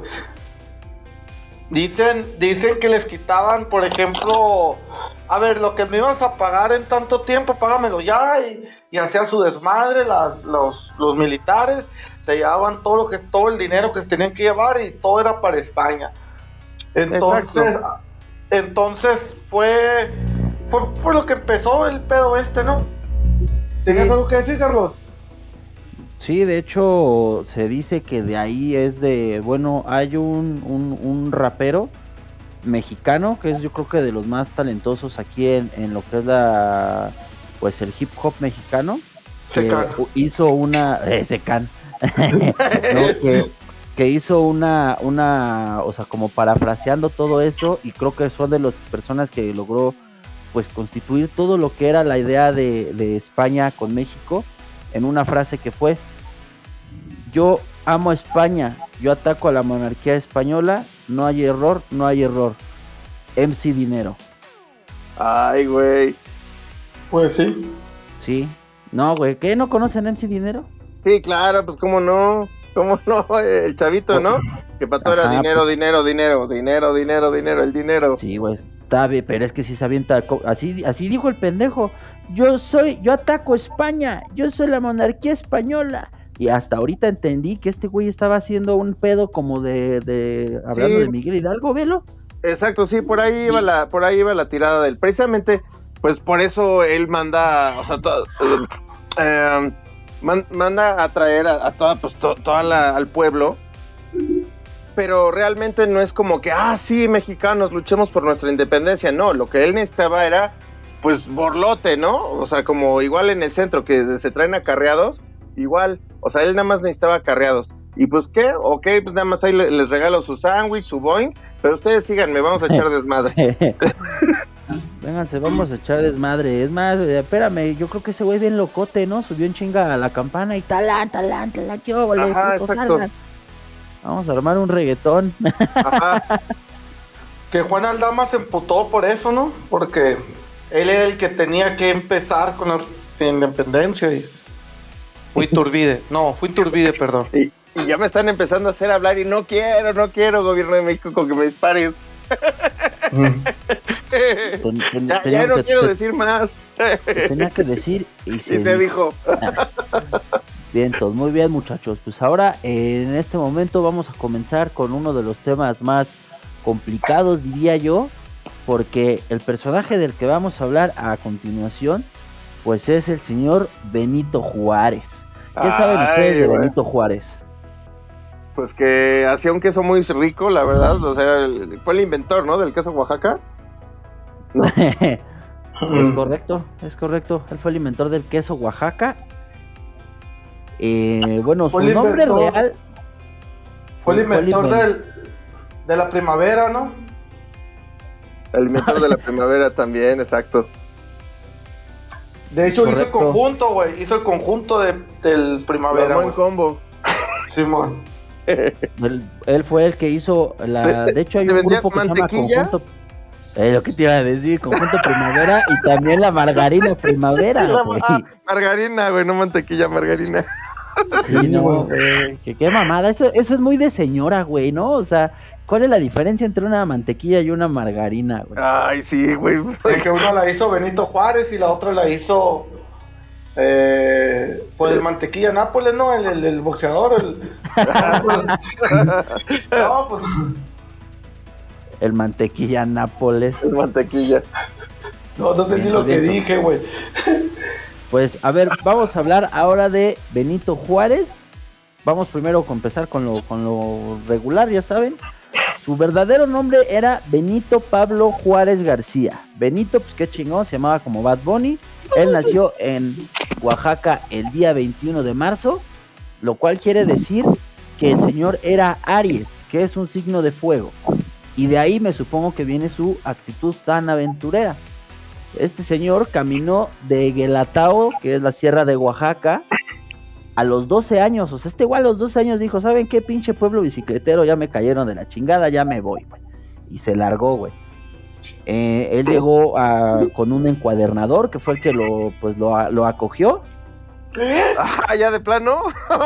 Dicen que les quitaban, por ejemplo, a ver, lo que me ibas a pagar en tanto tiempo, págamelo ya, y hacían su desmadre, los militares, se llevaban todo el dinero que se tenían que llevar y todo era para España. Entonces fue por lo que empezó el pedo ¿no? ¿Tenías algo que decir, Carlos? Sí, de hecho, se dice que de ahí es de, bueno, hay un rapero mexicano que es yo creo que de los más talentosos aquí en lo que es pues el hip hop mexicano. Secan. Hizo una, Secan, no, que hizo una, o sea, como parafraseando todo eso, y creo que son de las personas que logró pues constituir todo lo que era la idea de España con México en una frase que fue: yo amo a España, yo ataco a la monarquía española, no hay error, no hay error. MC Dinero. Ay, güey. Pues sí. Sí. No, güey, ¿qué? ¿No conocen MC Dinero? Sí, claro, pues cómo no, el chavito, ¿no? Que para todo era dinero, dinero, dinero, dinero, dinero, dinero, el dinero. Sí, güey, está bien, pero es que si se avienta, así dijo el pendejo: yo ataco a España, yo soy la monarquía española. Y hasta ahorita entendí que este güey estaba haciendo un pedo como de hablando de Miguel Hidalgo, ¿velo? Exacto, sí, por ahí iba la tirada del, precisamente, pues por eso él manda, o sea, manda a traer a toda, pues al pueblo, pero realmente no es como que, sí, mexicanos, luchemos por nuestra independencia. No, lo que él necesitaba era, pues, borlote, ¿no? O sea, como igual en el centro, que se traen acarreados, igual, o sea, él nada más necesitaba acarreados. Y pues, ¿qué? Ok, pues nada más ahí les regalo su sándwich, su boing, pero ustedes síganme, vamos a echar desmadre. Vénganse, vamos a echar desmadre. Es más, espérame, yo creo que ese güey bien locote, ¿no? Subió en chinga a la campana y talán, qué óvole, exacto. Vamos a armar un reggaetón. Ajá. Que Juan Aldama se emputó por eso, ¿no? Porque él era el que tenía que empezar con la independencia y... Fue Iturbide, perdón. Y ya me están empezando a hacer hablar y no quiero, gobierno de México, con que me dispares. Ya no quiero decir más. Tenía que decir y se dijo. Bien, todos, muy bien, muchachos. Pues ahora, en este momento vamos a comenzar con uno de los temas más complicados, diría yo, porque el personaje del que vamos a hablar a continuación, pues es el señor Benito Juárez. ¿Qué saben ustedes de Benito Juárez? Pues que hacía un queso muy rico, la verdad. O sea, fue el inventor, ¿no? Del queso Oaxaca. ¿No? Es correcto. Él fue el inventor del queso Oaxaca. Bueno, su nombre real... Fue el inventor de la primavera, ¿no? El inventor de la primavera también, exacto. De hecho, hizo el conjunto, güey. Hizo el conjunto del primavera. Buen combo. Simón. Él fue el que hizo de hecho hay un grupo que se llama Conjunto, lo que te iba a decir, Conjunto Primavera, y también la Margarina Primavera, güey. Margarina, güey, no mantequilla, margarina. Sí, no, güey, qué mamada, eso es muy de señora, güey, ¿no? O sea, ¿cuál es la diferencia entre una mantequilla y una margarina, güey? Ay, sí, güey. Que una la hizo Benito Juárez y la otra la hizo pues el mantequilla Nápoles, ¿no? El boxeador. No, pues. El mantequilla Nápoles. El mantequilla. No sé ni lo que dije, güey. Pues, a ver, vamos a hablar ahora de Benito Juárez. Vamos primero a empezar con lo regular, ya saben. Su verdadero nombre era Benito Pablo Juárez García. Benito, pues qué chingón, se llamaba como Bad Bunny. Él nació en Oaxaca el día 21 de marzo, lo cual quiere decir que el señor era Aries, que es un signo de fuego. Y de ahí me supongo que viene su actitud tan aventurera. Este señor caminó de Guelatao, que es la sierra de Oaxaca, a los 12 años. O sea, este igual a los 12 años dijo: ¿saben qué, pinche pueblo bicicletero? Ya me cayeron de la chingada, ya me voy, güey. Y se largó, güey. Él llegó con un encuadernador que fue el que lo acogió. ¿Ya de plano?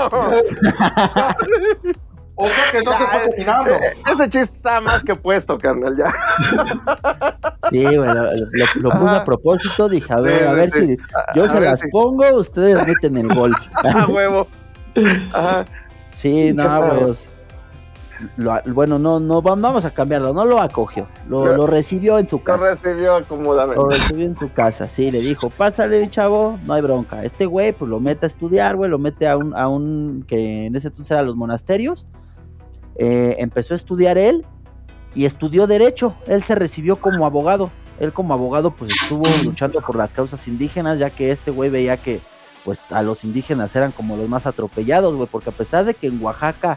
O sea que no se fue caminando. Ese chiste está más que puesto, carnal, ya. Sí, güey, lo puse a propósito. Dije, a ver si yo se las pongo, ustedes meten el gol. Huevo. Ajá. Sí, no, güey. bueno, no, vamos a cambiarlo, no lo acogió, lo recibió en su casa. Lo recibió cómodamente. Lo recibió en su casa, sí, le dijo, pásale, chavo, no hay bronca. Este güey, pues lo mete a estudiar, güey, lo mete a un que en ese entonces eran los monasterios. Empezó a estudiar él y estudió Derecho. Él se recibió como abogado. Él como abogado, pues estuvo luchando por las causas indígenas, ya que este güey veía que, pues, a los indígenas eran como los más atropellados, güey, porque a pesar de que en Oaxaca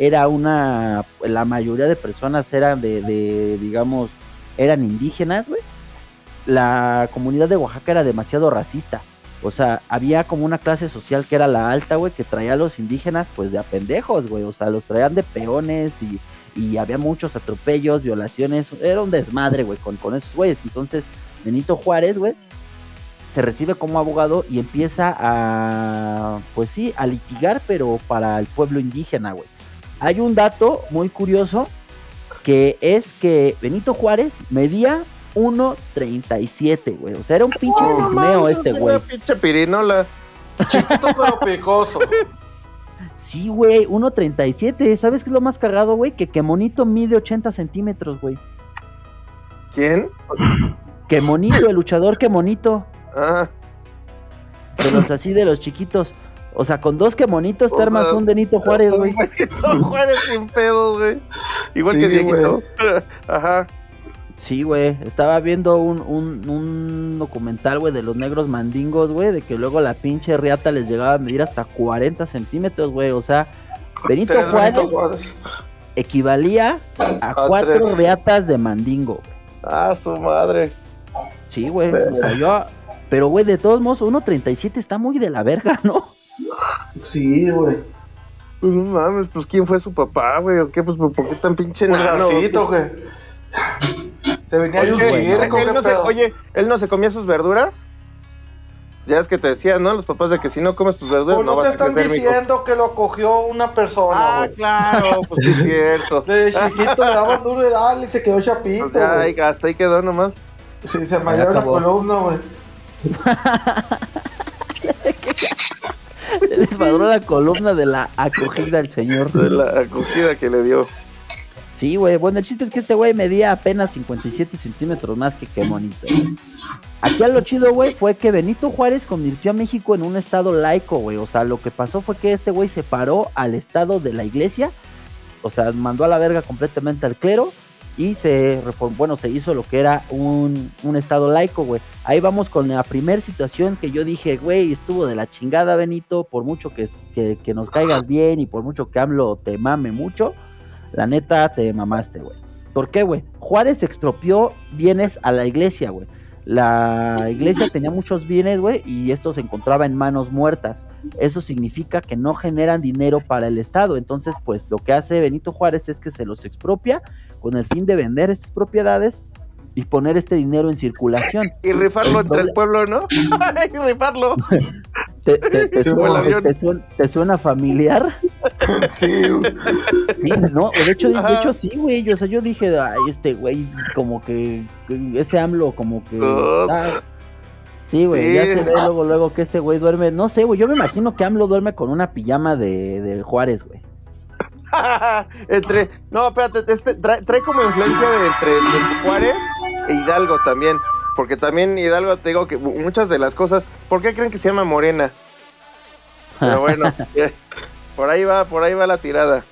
la mayoría de personas eran digamos, eran indígenas, güey, la comunidad de Oaxaca era demasiado racista. O sea, había como una clase social que era la alta, güey, que traía a los indígenas, pues, de a pendejos, güey. O sea, los traían de peones y había muchos atropellos, violaciones. Era un desmadre, güey, con esos güeyes. Entonces, Benito Juárez, güey, se recibe como abogado y empieza a, pues sí, a litigar, pero para el pueblo indígena, güey. Hay un dato muy curioso, que es que Benito Juárez medía 1.37, güey. O sea, era un pinche pigmeo este güey. Una pinche pirinola. Chiquito pero picoso. Sí, güey, 1.37. ¿Sabes qué es lo más cagado, güey? Que Monito mide 80 centímetros, güey. ¿Quién? Que Monito, el luchador Que Monito. Ah. De los así, de los chiquitos. O sea, con dos Que Monitos te armas un Benito Juárez, güey. Benito Juárez sin pedos, güey. Igual sí, que Dieguito. Ajá. Sí, güey. Estaba viendo un documental, güey, de los negros mandingos, güey, de que luego la pinche riata les llegaba a medir hasta 40 centímetros, güey. O sea, Benito Juárez equivalía a 4 riatas de mandingo. Ah, su madre. Sí, güey. O sea, pero, güey, de todos modos, 1.37 está muy de la verga, ¿no? Sí, güey. Pues no mames, pues ¿quién fue su papá, güey? ¿O qué? Pues ¿por qué tan pinche enano? güey. Se venía a lucir, oye, ¿él no se comía sus verduras? Ya es que te decían, ¿no? Los papás de que si no comes tus verduras no vas a crecer. No te están diciendo que lo cogió una persona, güey. Claro, pues sí es cierto. De chiquito le daban duro de darle y se quedó chapito, pues ya, güey. Hasta ahí quedó nomás. Sí, se me la columna, güey. Se les madró la columna de la acogida del señor. De la acogida que le dio. Sí, güey. Bueno, el chiste es que este güey medía apenas 57 centímetros más que Monito. Aquí a lo chido, güey, fue que Benito Juárez convirtió a México en un estado laico, güey. O sea, lo que pasó fue que este güey separó al estado de la iglesia. O sea, mandó a la verga completamente al clero. Y se hizo lo que era un estado laico, güey. Ahí vamos con la primer situación que yo dije, güey, estuvo de la chingada, Benito, por mucho que nos caigas bien y por mucho que AMLO te mame mucho, la neta te mamaste, güey. ¿Por qué, güey? Juárez expropió bienes a la iglesia, güey. La iglesia tenía muchos bienes, güey, y esto se encontraba en manos muertas. Eso significa que no generan dinero para el Estado. Entonces, pues, lo que hace Benito Juárez es que se los expropia con el fin de vender estas propiedades y poner este dinero en circulación. Y rifarlo entre el pueblo, ¿no? Y rifarlo. ¿Te suena familiar? Sí. Sí, no, de hecho sí, güey. O sea, yo dije, ay, este güey, como que ese AMLO, como que... Sí, güey, sí. Ya se ve luego que ese güey duerme. No sé, güey, yo me imagino que AMLO duerme con una pijama de Juárez, güey. No, espérate, trae como influencia entre Juárez e Hidalgo también. Porque también Hidalgo, te digo que muchas de las cosas, ¿por qué creen que se llama Morena? Pero bueno, por ahí va la tirada.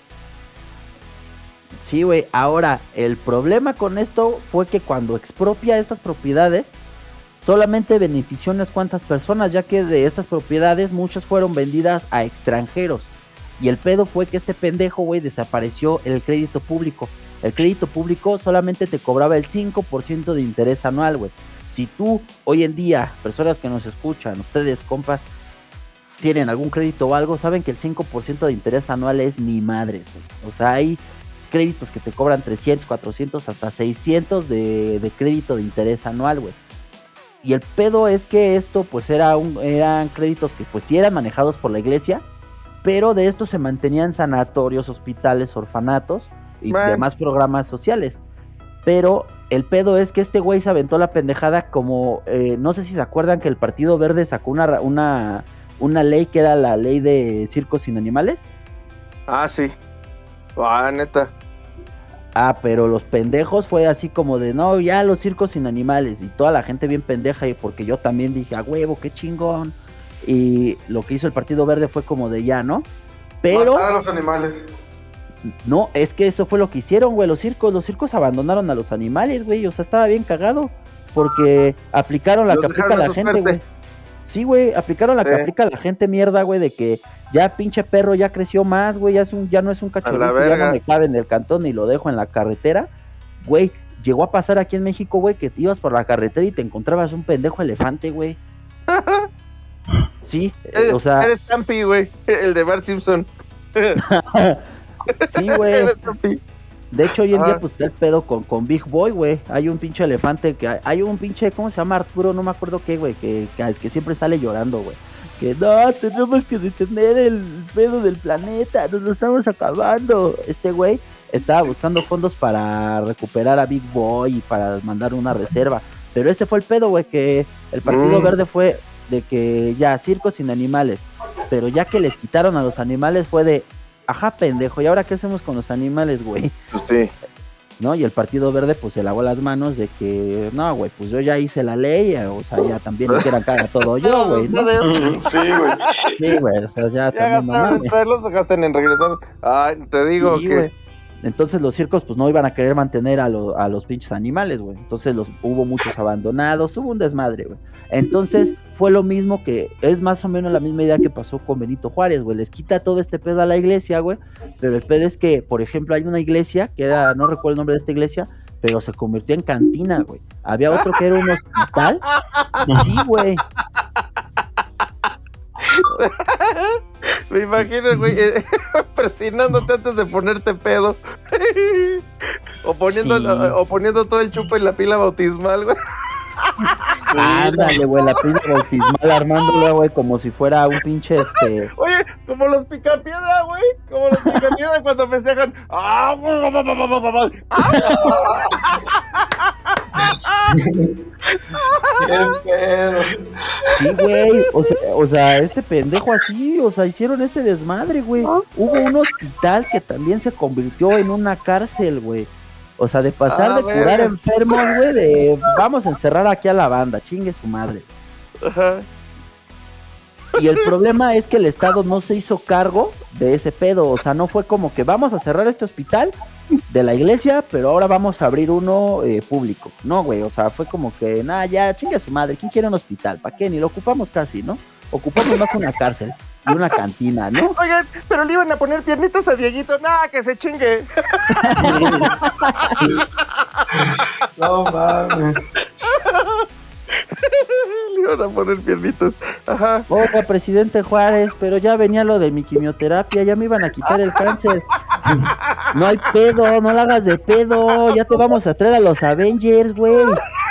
Sí, güey, ahora, el problema con esto fue que cuando expropia estas propiedades, solamente benefició a unas cuantas personas, ya que de estas propiedades muchas fueron vendidas a extranjeros. Y el pedo fue que este pendejo, güey, desapareció el crédito público. El crédito público solamente te cobraba el 5% de interés anual, güey. Si tú, hoy en día, personas que nos escuchan, ustedes, compas, tienen algún crédito o algo, saben que el 5% de interés anual es ni madres, güey. O sea, hay créditos que te cobran 300, 400, hasta 600 de crédito de interés anual, güey. Y el pedo es que esto, pues, eran créditos que, pues, sí eran manejados por la iglesia, pero de esto se mantenían sanatorios, hospitales, orfanatos y demás programas sociales. Pero el pedo es que este güey se aventó la pendejada como, no sé si se acuerdan que el Partido Verde sacó una ley que era la ley de circos sin animales. Ah, sí. Ah, neta. Pero los pendejos fue así como de, no, ya los circos sin animales, y toda la gente bien pendeja, y porque yo también dije, a huevo, qué chingón, y lo que hizo el Partido Verde fue como de ya, ¿no? Pero... matar a los animales. No, es que eso fue lo que hicieron, güey, los circos abandonaron a los animales, güey, o sea, estaba bien cagado, porque aplicaron la que aplica la gente, güey. Sí, güey, aplicaron la que aplica la gente mierda, güey, de que ya pinche perro ya creció más, güey, ya no es un cachorrito, ya no me cabe en el cantón y lo dejo en la carretera. Güey, llegó a pasar aquí en México, güey, que te ibas por la carretera y te encontrabas un pendejo elefante, güey. Sí, o sea... Eres Stampy, güey, el de Bart Simpson. Sí, güey. De hecho, hoy en día, pues, está el pedo con Big Boy, güey. Hay un pinche elefante, hay un pinche, ¿cómo se llama? Arturo, no me acuerdo qué, güey, que siempre sale llorando, güey. Que no, tenemos que detener el pedo del planeta, nos lo estamos acabando. Este güey estaba buscando fondos para recuperar a Big Boy y para mandar una reserva. Pero ese fue el pedo, güey, que el Partido Verde fue de que ya, circos sin animales. Pero ya que les quitaron a los animales fue de... Ajá, pendejo, ¿y ahora qué hacemos con los animales, güey? Pues sí. ¿No? Y el Partido Verde, pues, se lavó las manos de que, no, güey, pues yo ya hice la ley, o sea, ya también me quieran cagar todo yo, güey, ¿no? Sí, güey. Sí, güey, o sea, ya también no gastaron mames. en traerlos o gastan en regresar. Ay, te digo Sí, que... güey. Entonces los circos, pues, no iban a querer mantener a los pinches animales, güey. Entonces hubo muchos abandonados, hubo un desmadre, güey. Entonces fue lo mismo que, es más o menos la misma idea que pasó con Benito Juárez, güey. Les quita todo este pedo a la iglesia, güey. Pero el pedo es que, por ejemplo, hay una iglesia, que era, no recuerdo el nombre de esta iglesia, pero se convirtió en cantina, güey. Había otro que era un hospital. Sí, güey. Me imagino, güey, presionándote antes de ponerte pedo. O poniendo todo el chupo en la pila bautismal, güey. Sí, Ándale, güey, la pila bautismal armándolo, güey, como si fuera un pinche Oye, como los picapiedra, güey. Como los picapiedra cuando festejan. qué pedo. Sí, güey, o sea, este pendejo así, o sea, hicieron este desmadre, güey. Hubo un hospital que también se convirtió en una cárcel, güey. O sea, de pasar de curar enfermos, güey, de vamos a encerrar aquí a la banda, chingue su madre. Ajá. Y el problema es que el Estado no se hizo cargo de ese pedo, o sea, no fue como que vamos a cerrar este hospital de la iglesia, pero ahora vamos a abrir uno público. No, güey, o sea, fue como que, nada, ya, chingue su madre, ¿quién quiere un hospital? ¿Para qué? Ni lo ocupamos casi, ¿no? Ocupamos más una cárcel y una cantina, ¿no? Oigan, pero le iban a poner piernitas a Dieguito. Nada, que se chingue. No mames. Le iban a poner piernitas. Ajá. Oiga, presidente Juárez, pero ya venía lo de mi quimioterapia, ya me iban a quitar el cáncer. No hay pedo, no la hagas de pedo, ya te vamos a traer a los Avengers, güey.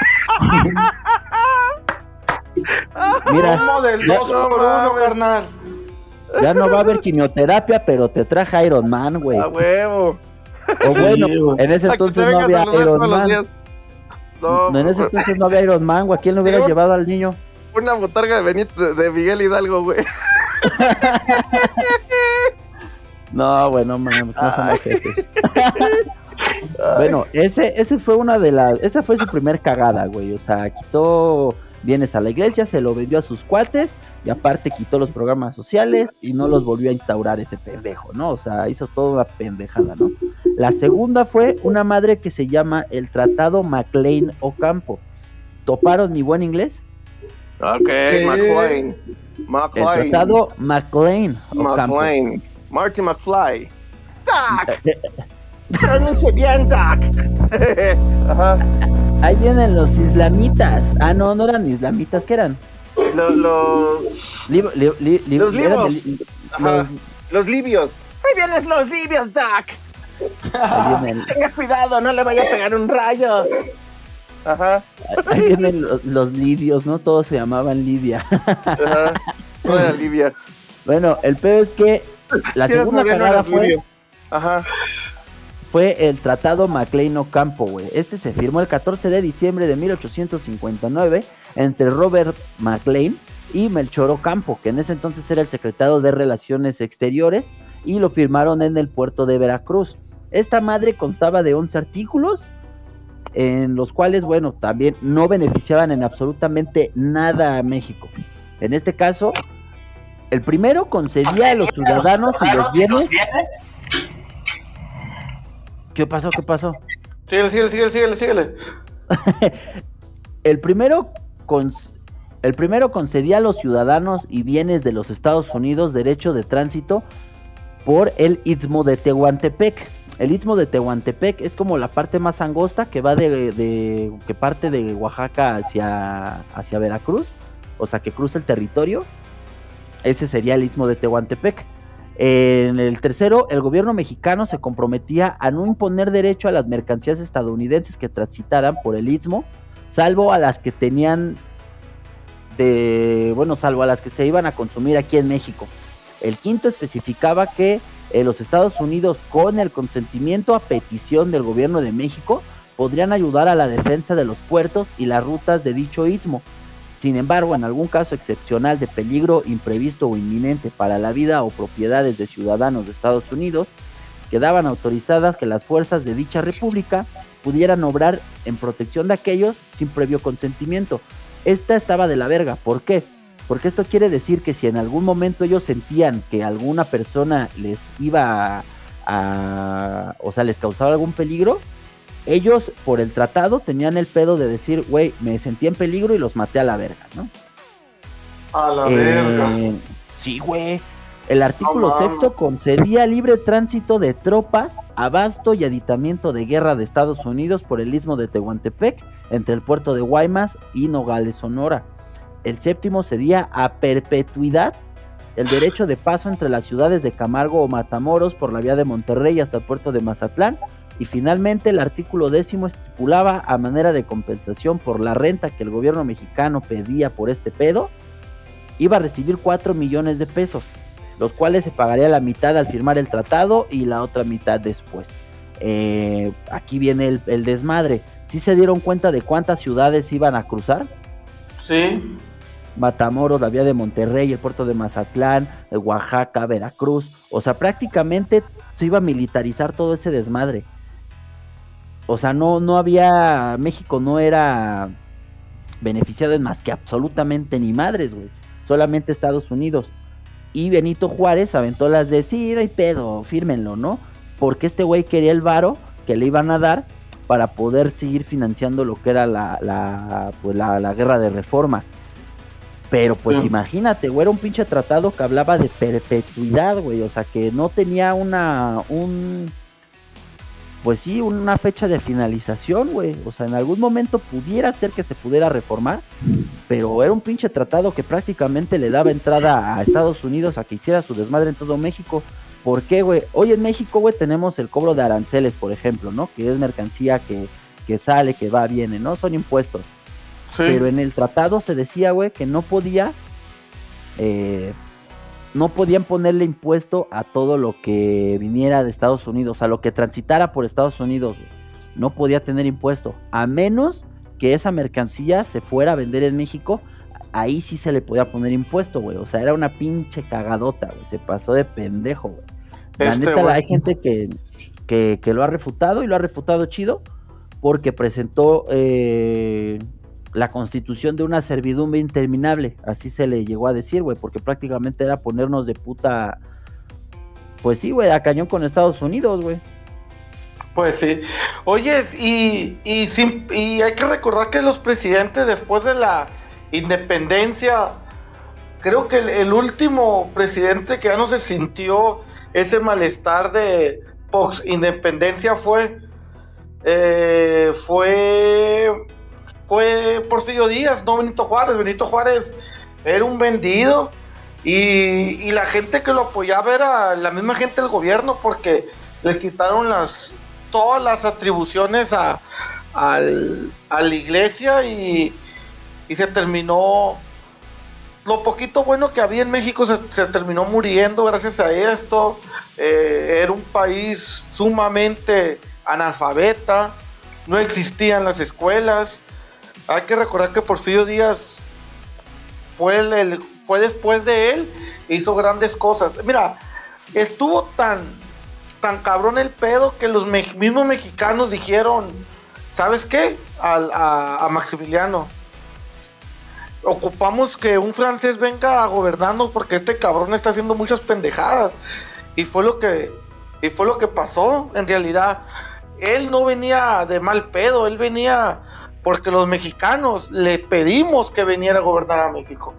Mira, ¿Cómo del 2x1, carnal? ya no va a haber quimioterapia, pero te traje Iron Man, güey. A huevo. O bueno, güey. en ese entonces no había Iron Man. No, en ese entonces no había Iron Man, güey. ¿A quién le hubiera llevado al niño? Una botarga de Benito, de Miguel Hidalgo, güey. No, güey, no mames, no son jefes. Bueno, esa fue su primer cagada, güey. O sea, quitó bienes a la iglesia, se lo vendió a sus cuates y aparte quitó los programas sociales y no los volvió a instaurar ese pendejo, ¿no? O sea, hizo toda una pendejada, ¿no? La segunda fue una madre que se llama el Tratado McLean Ocampo. ¿Toparon mi buen inglés? Ok, McLean. El Tratado McLean Ocampo. McLean. Marty McFly. ¡Tac! Pronuncie bien, Tac. Ajá. Ahí vienen los islamitas. Ah, no eran islamitas, ¿qué eran? Los Los libios. Ajá. Los libios. Ahí vienen los libios, Tac. Tenga cuidado, no le vaya a pegar un rayo. Ajá. Ahí vienen los libios, ¿no? Todos se llamaban Libia. Ajá. No era Libia. Bueno, el peor es que la segunda cagada fue el Tratado McLean Ocampo, güey. Este se firmó el 14 de diciembre de 1859 entre Robert McLean y Melchor Ocampo, que en ese entonces era el secretario de Relaciones Exteriores, y lo firmaron en el puerto de Veracruz. Esta madre constaba de 11 artículos, en los cuales, bueno, también no beneficiaban en absolutamente nada a México. En este caso, el primero concedía a los ciudadanos y los bienes. ¿Qué pasó? Síguele. El primero concedía a los ciudadanos y bienes de los Estados Unidos derecho de tránsito por el Istmo de Tehuantepec. El Istmo de Tehuantepec es como la parte más angosta que va que parte de Oaxaca hacia Veracruz, o sea, que cruza el territorio. Ese sería el Istmo de Tehuantepec. En el tercero, el gobierno mexicano se comprometía a no imponer derecho a las mercancías estadounidenses que transitaran por el Istmo, salvo a las que salvo a las que se iban a consumir aquí en México. El quinto especificaba que los Estados Unidos, con el consentimiento a petición del gobierno de México, podrían ayudar a la defensa de los puertos y las rutas de dicho istmo. Sin embargo, en algún caso excepcional de peligro imprevisto o inminente para la vida o propiedades de ciudadanos de Estados Unidos, quedaban autorizadas que las fuerzas de dicha república pudieran obrar en protección de aquellos sin previo consentimiento. Esta estaba de la verga. ¿Por qué? Porque esto quiere decir que si en algún momento ellos sentían que alguna persona les iba les causaba algún peligro, ellos por el tratado tenían el pedo de decir, güey, me sentí en peligro y los maté a la verga, ¿no? A la verga. Sí, güey. El artículo sexto concedía libre tránsito de tropas, abasto y aditamiento de guerra de Estados Unidos por el Istmo de Tehuantepec, entre el puerto de Guaymas y Nogales, Sonora. El séptimo cedía a perpetuidad el derecho de paso entre las ciudades de Camargo o Matamoros por la vía de Monterrey hasta el puerto de Mazatlán. Y finalmente el artículo 10 estipulaba, a manera de compensación por la renta que el gobierno mexicano pedía por este pedo, iba a recibir 4 millones de pesos, los cuales se pagaría la mitad al firmar el tratado y la otra mitad después. Aquí viene el desmadre. ¿Sí se dieron cuenta de cuántas ciudades iban a cruzar? Sí. Matamoros, la vía de Monterrey, el puerto de Mazatlán, Oaxaca, Veracruz. O sea, prácticamente se iba a militarizar todo ese desmadre. O sea, no había, México no era beneficiado en más que absolutamente ni madres, güey. Solamente Estados Unidos. Y Benito Juárez aventó las de, sí, no hay pedo, fírmenlo, ¿no? Porque este güey quería el varo que le iban a dar para poder seguir financiando lo que era la guerra de reforma. Pero pues imagínate, güey, era un pinche tratado que hablaba de perpetuidad, güey. O sea, que no tenía una fecha de finalización, güey. O sea, en algún momento pudiera ser que se pudiera reformar, pero era un pinche tratado que prácticamente le daba entrada a Estados Unidos a que hiciera su desmadre en todo México. ¿Por qué, güey? Hoy en México, güey, tenemos el cobro de aranceles, por ejemplo, ¿no? Que es mercancía que sale, que va, viene, ¿no? Son impuestos. Sí. Pero en el tratado se decía, güey, que no podían ponerle impuesto a todo lo que viniera de Estados Unidos, a lo que transitara por Estados Unidos, güey. No podía tener impuesto, a menos que esa mercancía se fuera a vender en México. Ahí sí se le podía poner impuesto, güey. O sea, era una pinche cagadota, güey. Se pasó de pendejo, güey. La neta, hay gente que lo ha refutado, y lo ha refutado chido, porque presentó la constitución de una servidumbre interminable. Así se le llegó a decir, güey, porque prácticamente era ponernos de puta, pues sí, güey, a cañón con Estados Unidos, güey. Pues sí. Oyes, y hay que recordar que los presidentes después de la independencia, creo que el último presidente que ya no se sintió ese malestar de post independencia fue Porfirio Díaz, no Benito Juárez. Benito Juárez era un vendido, y la gente que lo apoyaba era la misma gente del gobierno, porque les quitaron todas las atribuciones a la iglesia, y se terminó. Lo poquito bueno que había en México se terminó muriendo gracias a esto. Era un país sumamente analfabeta, no existían las escuelas. Hay que recordar que Porfirio Díaz fue después de él, e hizo grandes cosas. Mira, estuvo tan tan cabrón el pedo que los mismos mexicanos dijeron, ¿sabes qué? A Maximiliano, ocupamos que un francés venga a gobernarnos porque este cabrón está haciendo muchas pendejadas. Y fue lo que pasó. En realidad, él no venía de mal pedo, él venía porque los mexicanos le pedimos que viniera a gobernar a México.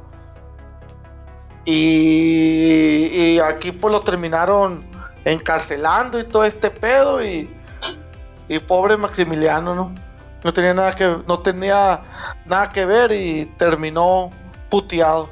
Y aquí pues lo terminaron encarcelando y todo este pedo, y pobre Maximiliano, no tenía nada que ver y terminó puteado.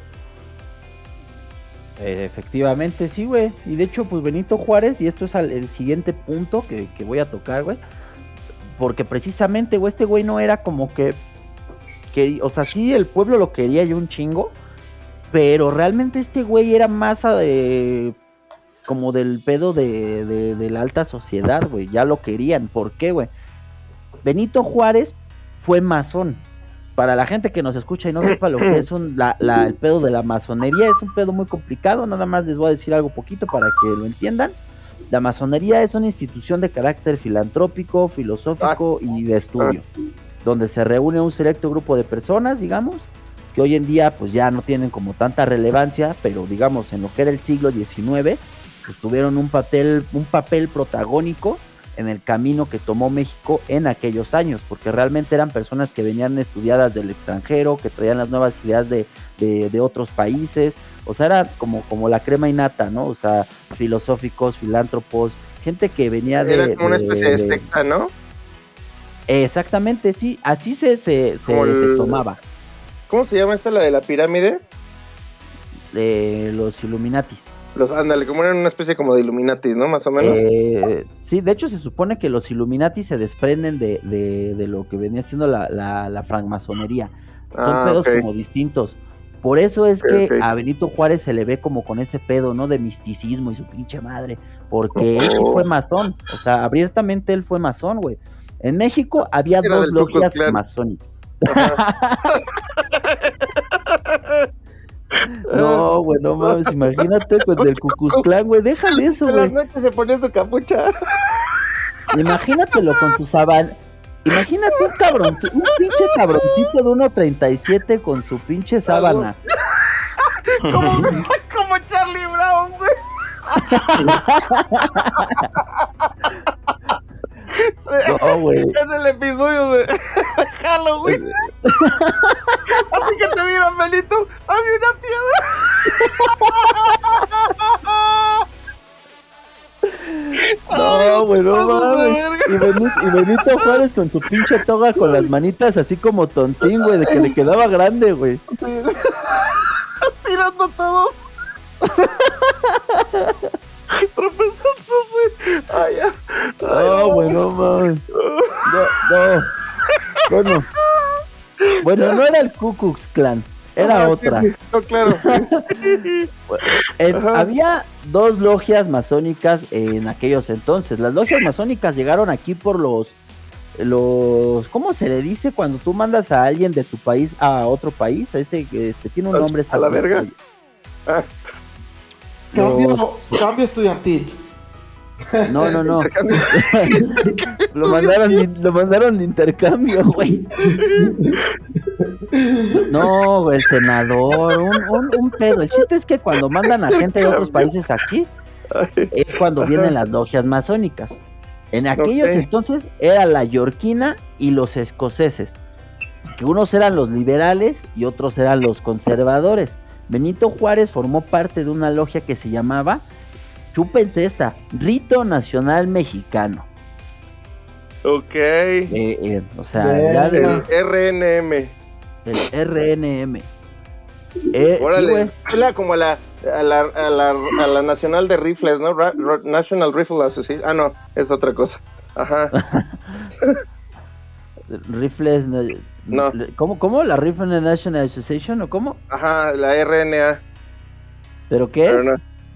Efectivamente, sí, güey. Y de hecho, pues Benito Juárez, y esto es el siguiente punto que voy a tocar, güey. Porque precisamente, güey, este güey no era como que, o sea, sí, el pueblo lo quería y un chingo, pero realmente este güey era más como del pedo de la alta sociedad, güey. Ya lo querían. ¿Por qué, güey? Benito Juárez fue masón. Para la gente que nos escucha y no sepa lo que es el pedo de la masonería, es un pedo muy complicado. Nada más les voy a decir algo poquito para que lo entiendan. La masonería es una institución de carácter filantrópico, filosófico y de estudio, donde se reúne un selecto grupo de personas, digamos, que hoy en día pues ya no tienen como tanta relevancia, pero digamos en lo que era el siglo XIX, pues tuvieron un papel protagónico en el camino que tomó México en aquellos años, porque realmente eran personas que venían estudiadas del extranjero, que traían las nuevas ideas de otros países, o sea, era como la crema innata, ¿no? O sea, filosóficos, filántropos, gente que venía era como una especie de secta, ¿no? Exactamente, sí, así se tomaba. ¿Cómo se llama esta, la de la pirámide? Los Illuminatis. Ándale, como eran una especie como de Illuminati, ¿no? Más o menos. Sí, de hecho se supone que los Illuminati se desprenden de lo que venía siendo la francmasonería. Son pedos como distintos. Por eso es que a Benito Juárez se le ve como con ese pedo, ¿no? De misticismo y su pinche madre. Porque él sí fue masón. O sea, abiertamente él fue masón, güey. En México había dos logias masónicas. No, güey, no mames, imagínate con el Ku Klux Klan, güey, déjale eso, güey. En las noches se ponía su capucha. Imagínatelo con su sábana. Imagínate un pinche cabroncito de 1.37 con su pinche sábana. Como Charlie Brown, güey. No, güey. En el episodio de Halloween. Así que te dieron, Benito, había una piedra. No, güey, no mames. Y Benito Juárez con su pinche toga con las manitas así como tontín, güey, de que le quedaba grande, güey. Tirando todos. Tropezando, güey. Ay, ya. No, güey, no mames. No. Bueno, no era el Ku Klux Klan, era otra. No, claro. Había dos logias masónicas en aquellos entonces. Las logias masónicas llegaron aquí por los ¿cómo se le dice cuando tú mandas a alguien de tu país a otro país? Ese que tiene un nombre. A la verga. Cambio estudiantil. No. Lo mandaron de intercambio, güey. No, güey, el senador, un pedo. El chiste es que cuando mandan a gente de otros países aquí, es cuando vienen las logias masónicas. En aquellos entonces era la yorquina y los escoceses, que unos eran los liberales y otros eran los conservadores. Benito Juárez formó parte de una logia que se llamaba, chúpense esta, Rito Nacional Mexicano. Ok. O sea, ya del RNM. El RNM. Órale, sí, suena como a la Nacional de Rifles, ¿no? National Rifle Association. Ah, no, es otra cosa. Ajá. Rifles. No. ¿Cómo? ¿La Rifle National Association o cómo? Ajá, la RNA. ¿Pero qué es?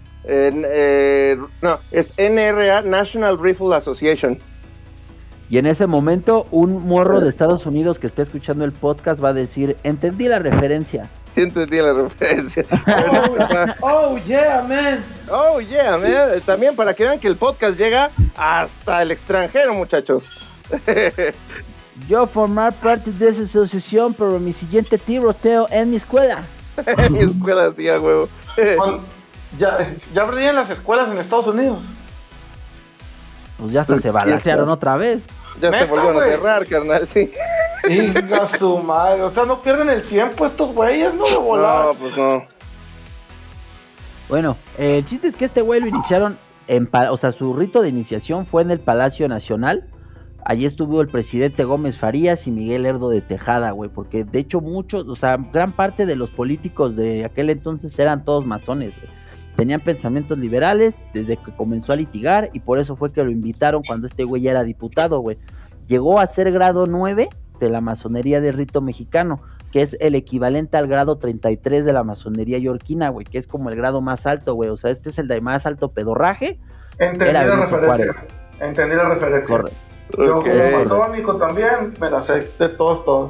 No, es NRA, National Rifle Association. Y en ese momento un morro de Estados Unidos que esté escuchando el podcast va a decir, entendí la referencia. Sí entendí la referencia. Oh, yeah, man. Oh, yeah, man. También para que vean que el podcast llega hasta el extranjero, muchachos. Yo formar parte de esa asociación, pero mi siguiente tiroteo en mi escuela. En mi escuela, sí, a huevo. Ya abrirían las escuelas en Estados Unidos. Pues ya hasta se balancearon otra vez. Ya se Neta, volvieron güey. a cerrar, carnal, sí. Higa su madre. O sea, no pierden el tiempo estos güeyes, ¿no? De volar. No, pues no. Bueno, el chiste es que este güey lo iniciaron o sea, su rito de iniciación fue en el Palacio Nacional. Allí estuvo el presidente Gómez Farías y Miguel Lerdo de Tejada, güey, porque de hecho muchos, o sea, gran parte de los políticos de aquel entonces eran todos masones, güey. Tenían pensamientos liberales desde que comenzó a litigar y por eso fue que lo invitaron cuando este güey ya era diputado, güey. Llegó a ser grado 9 de la masonería de rito mexicano, que es el equivalente al grado 33 de la masonería yorquina, güey, que es como el grado más alto, güey. O sea, este es el de más alto pedorraje. Entendí la referencia. Entendí la referencia. Correcto. Yo Ok. como masónico también, me la sé de todos.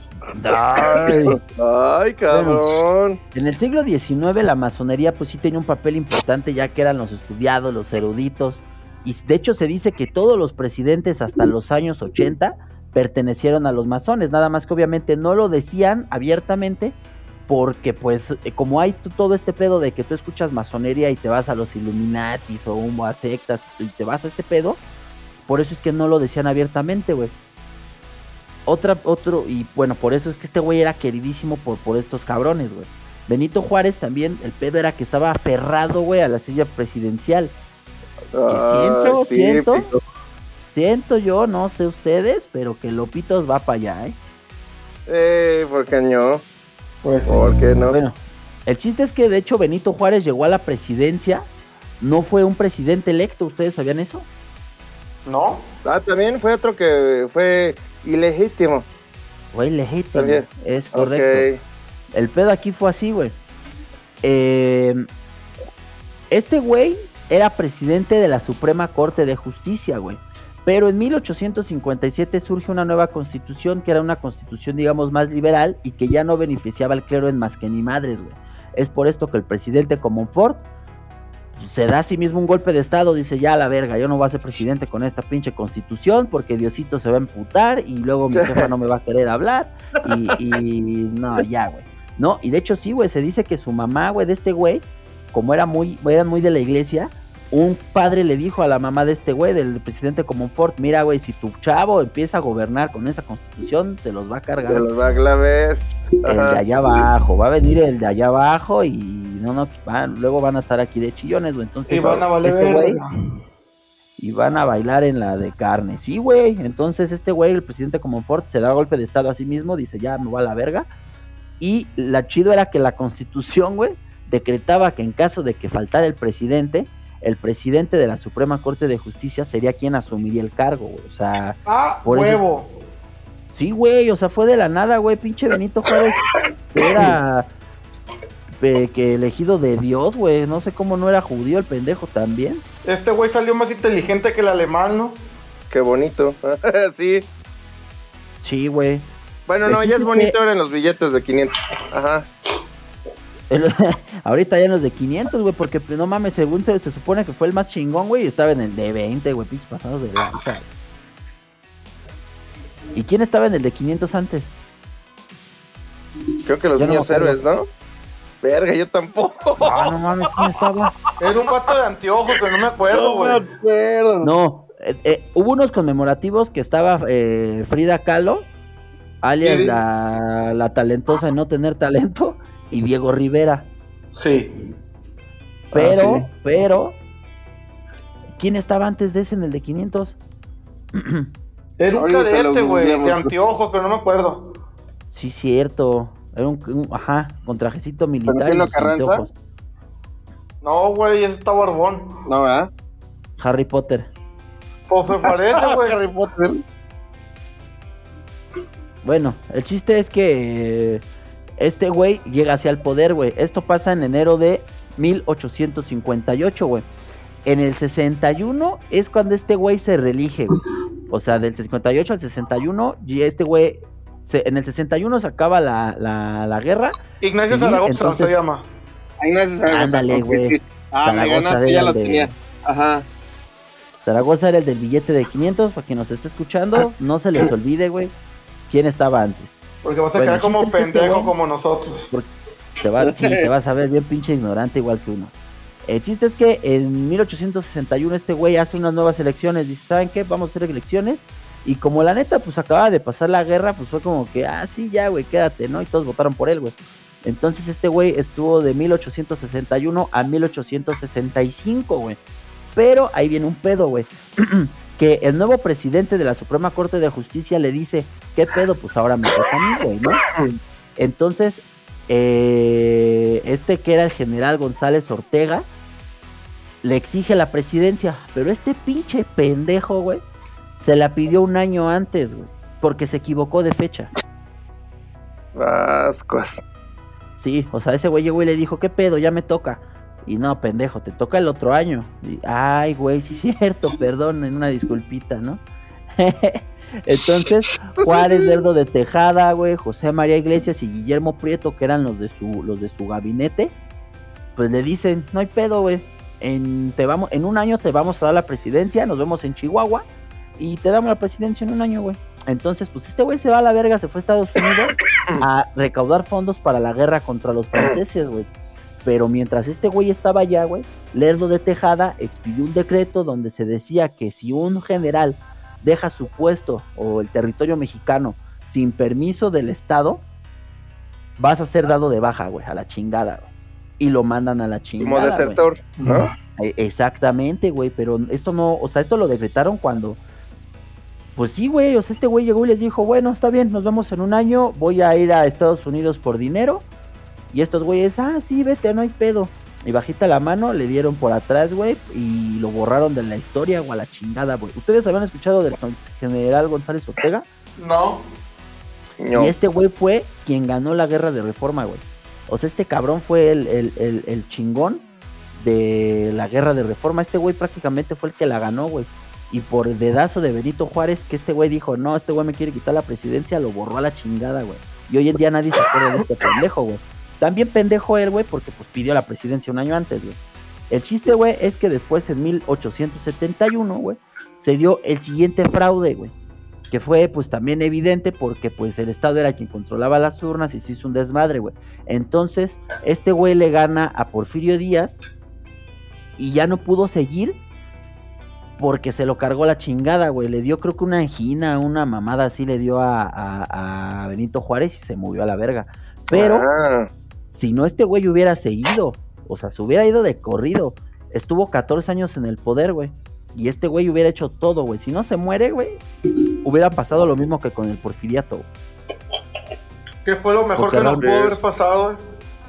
Ay, cabrón. En el siglo XIX la masonería pues sí tenía un papel importante, ya que eran los estudiados, los eruditos, y de hecho se dice que todos los presidentes hasta los años 80 pertenecieron a los masones, nada más que obviamente no lo decían abiertamente, porque pues como hay todo este pedo de que tú escuchas masonería y te vas a los Illuminatis o a sectas y te vas a este pedo, por eso es que no lo decían abiertamente, güey. Y bueno, por eso es que este güey era queridísimo por estos cabrones, güey. Benito Juárez también, el pedo era que estaba aferrado, güey, a la silla presidencial. Siento yo, no sé ustedes, pero que Lopitos va para allá, ¿Por qué no? Pues sí. ¿Por qué no? Bueno, el chiste es que de hecho Benito Juárez llegó a la presidencia, no fue un presidente electo, ¿ustedes sabían eso? ¿No? También fue otro que fue ilegítimo. Fue ilegítimo, También. es correcto. Ok. El pedo aquí fue así, güey. Este güey era presidente de la Suprema Corte de Justicia, güey. Pero en 1857 surge una nueva constitución, que era una constitución, digamos, más liberal y que ya no beneficiaba al clero en más que ni madres, güey. Es por esto que el presidente Comonfort se da a sí mismo un golpe de estado, dice, ya a la verga, yo no voy a ser presidente con esta pinche constitución porque Diosito se va a emputar y luego mi jefa no me va a querer hablar y no, ya, güey. No, y de hecho sí, güey, se dice que su mamá, güey, de este güey, como eran muy de la iglesia, un padre le dijo a la mamá de este güey, del presidente Comonfort, mira, güey, si tu chavo empieza a gobernar con esa constitución, se los va a cargar. Se los va a clavar. El de allá abajo, va a venir el de allá abajo y luego van a estar aquí de chillones, güey. Entonces, Y van a valer este güey, verga. y van a bailar en la de carne, sí, güey. Entonces este güey, el presidente Comonfort, se da golpe de estado a sí mismo, dice, ya me va a la verga. Y la chido era que la constitución, güey, decretaba que en caso de que faltara el presidente de la Suprema Corte de Justicia sería quien asumiría el cargo, güey. O sea, por eso huevo. sí, güey, o sea, fue de la nada, güey, pinche Benito Juárez, que era que elegido de Dios, güey, no sé cómo no era judío el pendejo también. Este güey salió más inteligente que el alemán, ¿no? Qué bonito. Sí. Sí, güey. Bueno, El no, ya chiste es es bonito que- ahora en los billetes de 500. Ajá. Ahorita ya en los de 500, güey, porque pues, no mames, según se supone que fue el más chingón, güey, y estaba en el de 20, güey, pinches pasados de lanza. ¿Y quién estaba en el de 500 antes? Creo que los Yo no niños me acuerdo. héroes, ¿no? Verga, yo tampoco. Ah, no mames, ¿quién estaba? Era un vato de anteojos, pero no me acuerdo, güey. acuerdo. No, hubo unos conmemorativos que estaba Frida Kahlo, alias Sí. la talentosa en no tener talento, y Diego Rivera. Sí. Pero, ¿quién estaba antes de ese en el de 500? Era un Ahorita cadete, lo güey, googleamos. de anteojos, pero no me acuerdo. Sí, cierto. Era con trajecito militar y Antonio sus Carranza? anteojos. No, güey, ese está barbón. No, ¿verdad? Harry Potter. Pues me parece, güey. Harry Potter. Bueno, el chiste es que este güey llega hacia el poder, güey. Esto pasa en enero de 1858, güey. En el 61 es cuando este güey se reelige, güey. O sea, del 58 al 61, y este güey en el 61 se acaba la guerra. Ignacio Sí, Zaragoza entonces- se llama. Ignacio Zaragoza. Ándale, ok, güey. sí. Me Zaragoza ganaste, era ya el lo de- tenía. Ajá. Zaragoza era el del billete de 500, para quien nos esté escuchando, no se les olvide, güey, quién estaba antes. Porque vas a Bueno, quedar como el chiste es que pendejo güey- como nosotros. Te vas a ver bien pinche ignorante igual que uno. El chiste es que en 1861 este güey hace unas nuevas elecciones, dice, ¿saben qué? Vamos a hacer elecciones. Y como la neta, pues acababa de pasar la guerra, pues fue como que, sí, ya, güey, quédate, ¿no? Y todos votaron por él, güey. Entonces este güey estuvo de 1861 a 1865, güey. Pero ahí viene un pedo, güey. Que el nuevo presidente de la Suprema Corte de Justicia le dice, ¿qué pedo? Pues ahora me toca a mí, güey, ¿no? Entonces, que era el general González Ortega, le exige la presidencia, pero este pinche pendejo, güey, se la pidió un año antes, güey, porque se equivocó de fecha. Vascos. Sí, o sea, ese güey llegó y le dijo, ¿qué pedo? Ya me toca. Y no, pendejo, te toca el otro año. Y, ay, güey, sí es cierto, perdón, en una disculpita, ¿no? Entonces, Juárez Lerdo de Tejada, güey, José María Iglesias y Guillermo Prieto, que eran los de su gabinete, pues le dicen, no hay pedo, güey. En un año te vamos a dar la presidencia, nos vemos en Chihuahua y te damos la presidencia en un año, güey. Entonces, pues este güey se va a la verga, se fue a Estados Unidos a recaudar fondos para la guerra contra los franceses, güey. Pero mientras este güey estaba allá, güey, Lerdo de Tejada expidió un decreto donde se decía que si un general deja su puesto o el territorio mexicano sin permiso del Estado, vas a ser dado de baja, güey, a la chingada, güey. Y lo mandan a la chingada, Como desertor, güey. ¿no? Exactamente, güey, pero esto no, o sea, esto lo decretaron cuando, pues sí, güey, o sea, este güey llegó y les dijo, bueno, está bien, nos vemos en un año, voy a ir a Estados Unidos por dinero. Y estos güeyes, sí, vete, no hay pedo. Y bajita la mano, le dieron por atrás, güey, y lo borraron de la historia, o a la chingada, güey. ¿Ustedes habían escuchado del general González Ortega? No. No. Y este güey fue quien ganó la guerra de reforma, güey. O sea, este cabrón fue el chingón de la guerra de reforma. Este güey prácticamente fue el que la ganó, güey. Y por dedazo de Benito Juárez, que este güey dijo, no, este güey me quiere quitar la presidencia, lo borró a la chingada, güey. Y hoy en día nadie se acuerda de este pendejo, güey. También pendejo él, güey, porque pues pidió la presidencia un año antes, güey. El chiste, güey, es que después en 1871, güey, se dio el siguiente fraude, güey. Que fue pues también evidente porque pues el Estado era quien controlaba las urnas y se hizo un desmadre, güey. Entonces, este güey le gana a Porfirio Díaz y ya no pudo seguir porque se lo cargó la chingada, güey. Le dio creo que una angina, una mamada así le dio a Benito Juárez y se movió a la verga. Pero si no este güey hubiera seguido, o sea, se hubiera ido de corrido. Estuvo 14 años en el poder, güey. Y este güey hubiera hecho todo, güey. Si no se muere, güey, hubiera pasado lo mismo que con el porfiriato, güey. ¿Qué fue lo mejor Porque que nos realmente- pudo haber pasado, güey?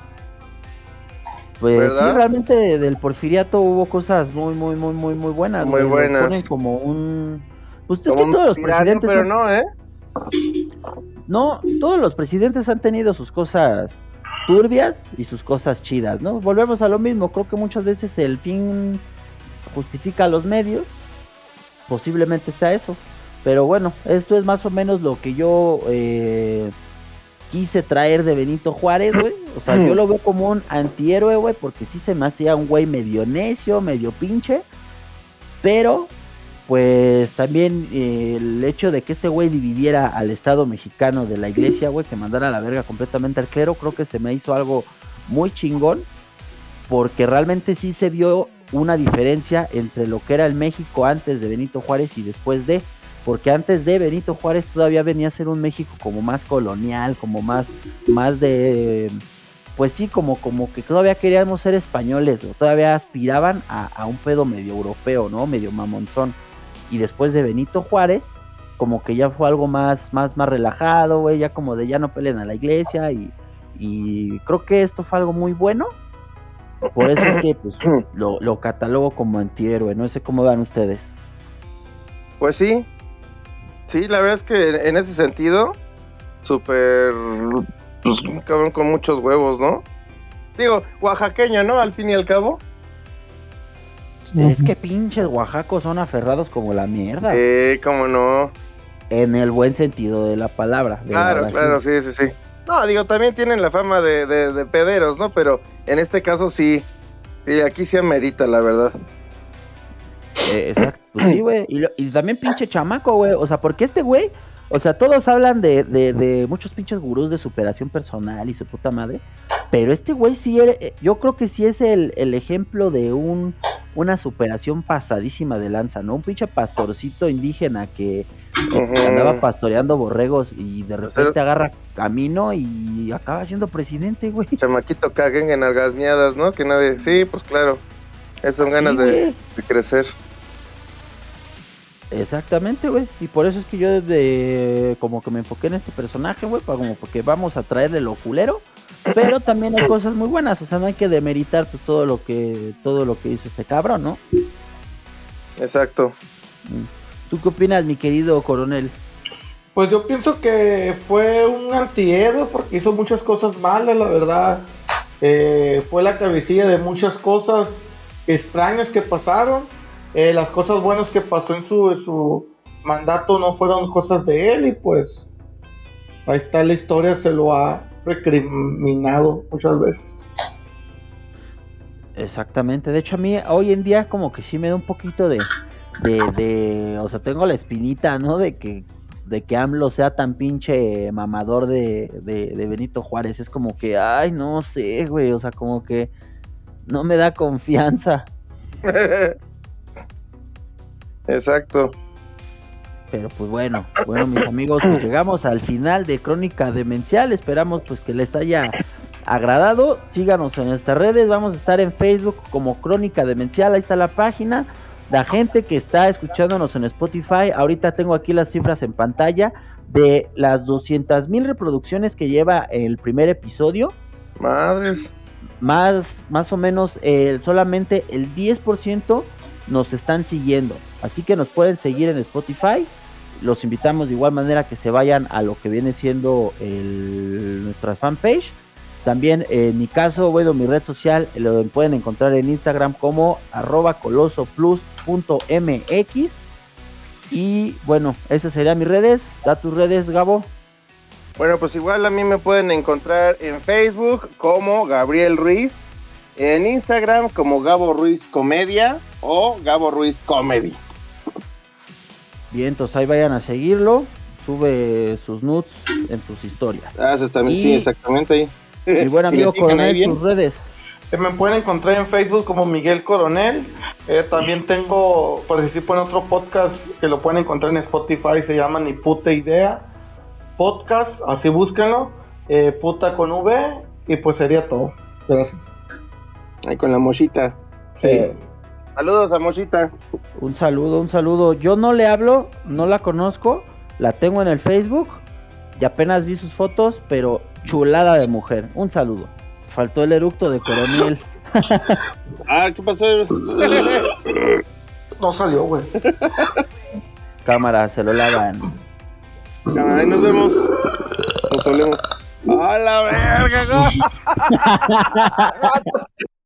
Pues ¿verdad? sí, realmente del porfiriato hubo cosas muy buenas. Muy güey. Lo buenas. ponen como un... Pues es Como que un todos los tirano, presidentes... pero han- no, ¿eh? No, todos los presidentes han tenido sus cosas turbias y sus cosas chidas, ¿no? Volvemos a lo mismo, creo que muchas veces el fin justifica los medios, posiblemente sea eso, pero bueno, esto es más o menos lo que yo quise traer de Benito Juárez, güey, o sea, yo lo veo como un antihéroe, güey, porque sí se me hacía un güey medio necio, medio pinche, pero pues también el hecho de que este güey dividiera al Estado mexicano de la iglesia, güey, que mandara a la verga completamente al clero, creo que se me hizo algo muy chingón, porque realmente sí se vio una diferencia entre lo que era el México antes de Benito Juárez y después de, porque antes de Benito Juárez todavía venía a ser un México como más colonial, como más de, pues sí, como que todavía queríamos ser españoles, o todavía aspiraban a un pedo medio europeo, ¿no? Medio mamonzón. Y después de Benito Juárez, como que ya fue algo más relajado, güey, ya como de ya no peleen a la iglesia y creo que esto fue algo muy bueno. Por eso es que pues lo catalogo como antihéroe, no sé cómo van ustedes. Pues sí. Sí, la verdad es que en ese sentido, súper, pues un cabrón con muchos huevos, ¿no? Digo, oaxaqueño, ¿no? Al fin y al cabo. Es que pinches oaxacos son aferrados como la mierda. Cómo no. en el buen sentido de la palabra. Claro, sí. No, digo, también tienen la fama de pederos, ¿no? Pero en este caso sí, aquí sí amerita, la verdad. Exacto, pues sí, güey. Y también pinche chamaco, güey. O sea, porque este güey, o sea, todos hablan de muchos pinches gurús de superación personal y su puta madre. Pero este güey sí, yo creo que sí es el ejemplo de una superación pasadísima de lanza, ¿no? Un pinche pastorcito indígena que andaba pastoreando borregos y de repente agarra camino y acaba siendo presidente, güey. Chamaquito caguen en algasmeadas, ¿no? Que nadie... Sí, pues claro. Esas son ganas de crecer. Exactamente, güey. Y por eso es que yo como que me enfoqué en este personaje, güey, como porque vamos a traerle lo culero, pero también hay cosas muy buenas, o sea, no hay que demeritar pues, todo lo que hizo este cabrón, ¿no? Exacto. ¿Tú qué opinas, mi querido coronel? Pues yo pienso que fue un antihéroe porque hizo muchas cosas malas, la verdad. Fue la cabecilla de muchas cosas extrañas que pasaron. Las cosas buenas que pasó en su mandato no fueron cosas de él y pues ahí está la historia, se lo ha recriminado muchas veces. Exactamente, de hecho a mí hoy en día como que sí me da un poquito de o sea, tengo la espinita, ¿no? De que AMLO sea tan pinche mamador de Benito Juárez, es como que, ay, no sé, güey, o sea, como que no me da confianza. Exacto. Pero pues bueno, mis amigos, pues llegamos al final de Crónica Demencial. Esperamos pues que les haya agradado. Síganos en nuestras redes, vamos a estar en Facebook como Crónica Demencial, ahí está la página. La gente que está escuchándonos en Spotify, ahorita tengo aquí las cifras en pantalla de las 200,000 reproducciones que lleva el primer episodio. Madres. Más o menos solamente el 10% nos están siguiendo, así que nos pueden seguir en Spotify. Los invitamos de igual manera que se vayan a lo que viene siendo nuestra fanpage. También en mi caso, bueno, mi red social lo pueden encontrar en Instagram como @colosoplus.mx. Y bueno, esas serían mis redes. Da tus redes, Gabo. Bueno, pues igual a mí me pueden encontrar en Facebook como Gabriel Ruiz, en Instagram como Gabo Ruiz Comedia o Gabo Ruiz Comedy. Bien, entonces ahí vayan a seguirlo. Sube sus nudes en sus historias. Ah, eso también, sí, exactamente ahí. Mi buen amigo Coronel, tus redes. Me pueden encontrar en Facebook como Miguel Coronel. También participo en otro podcast que lo pueden encontrar en Spotify, se llama Ni Puta Idea Podcast, así búsquenlo. Puta con V, y pues sería todo. Gracias. Ahí con la Mochita. Sí. Saludos a Mochita. Un saludo. Yo no le hablo, no la conozco, la tengo en el Facebook y apenas vi sus fotos, pero chulada de mujer. Un saludo. Faltó el eructo de Coronel. ¿Qué pasó? No salió, güey. Cámara, se lo lavan. Cámara, ahí nos vemos. Nos solemos. ¡A la verga!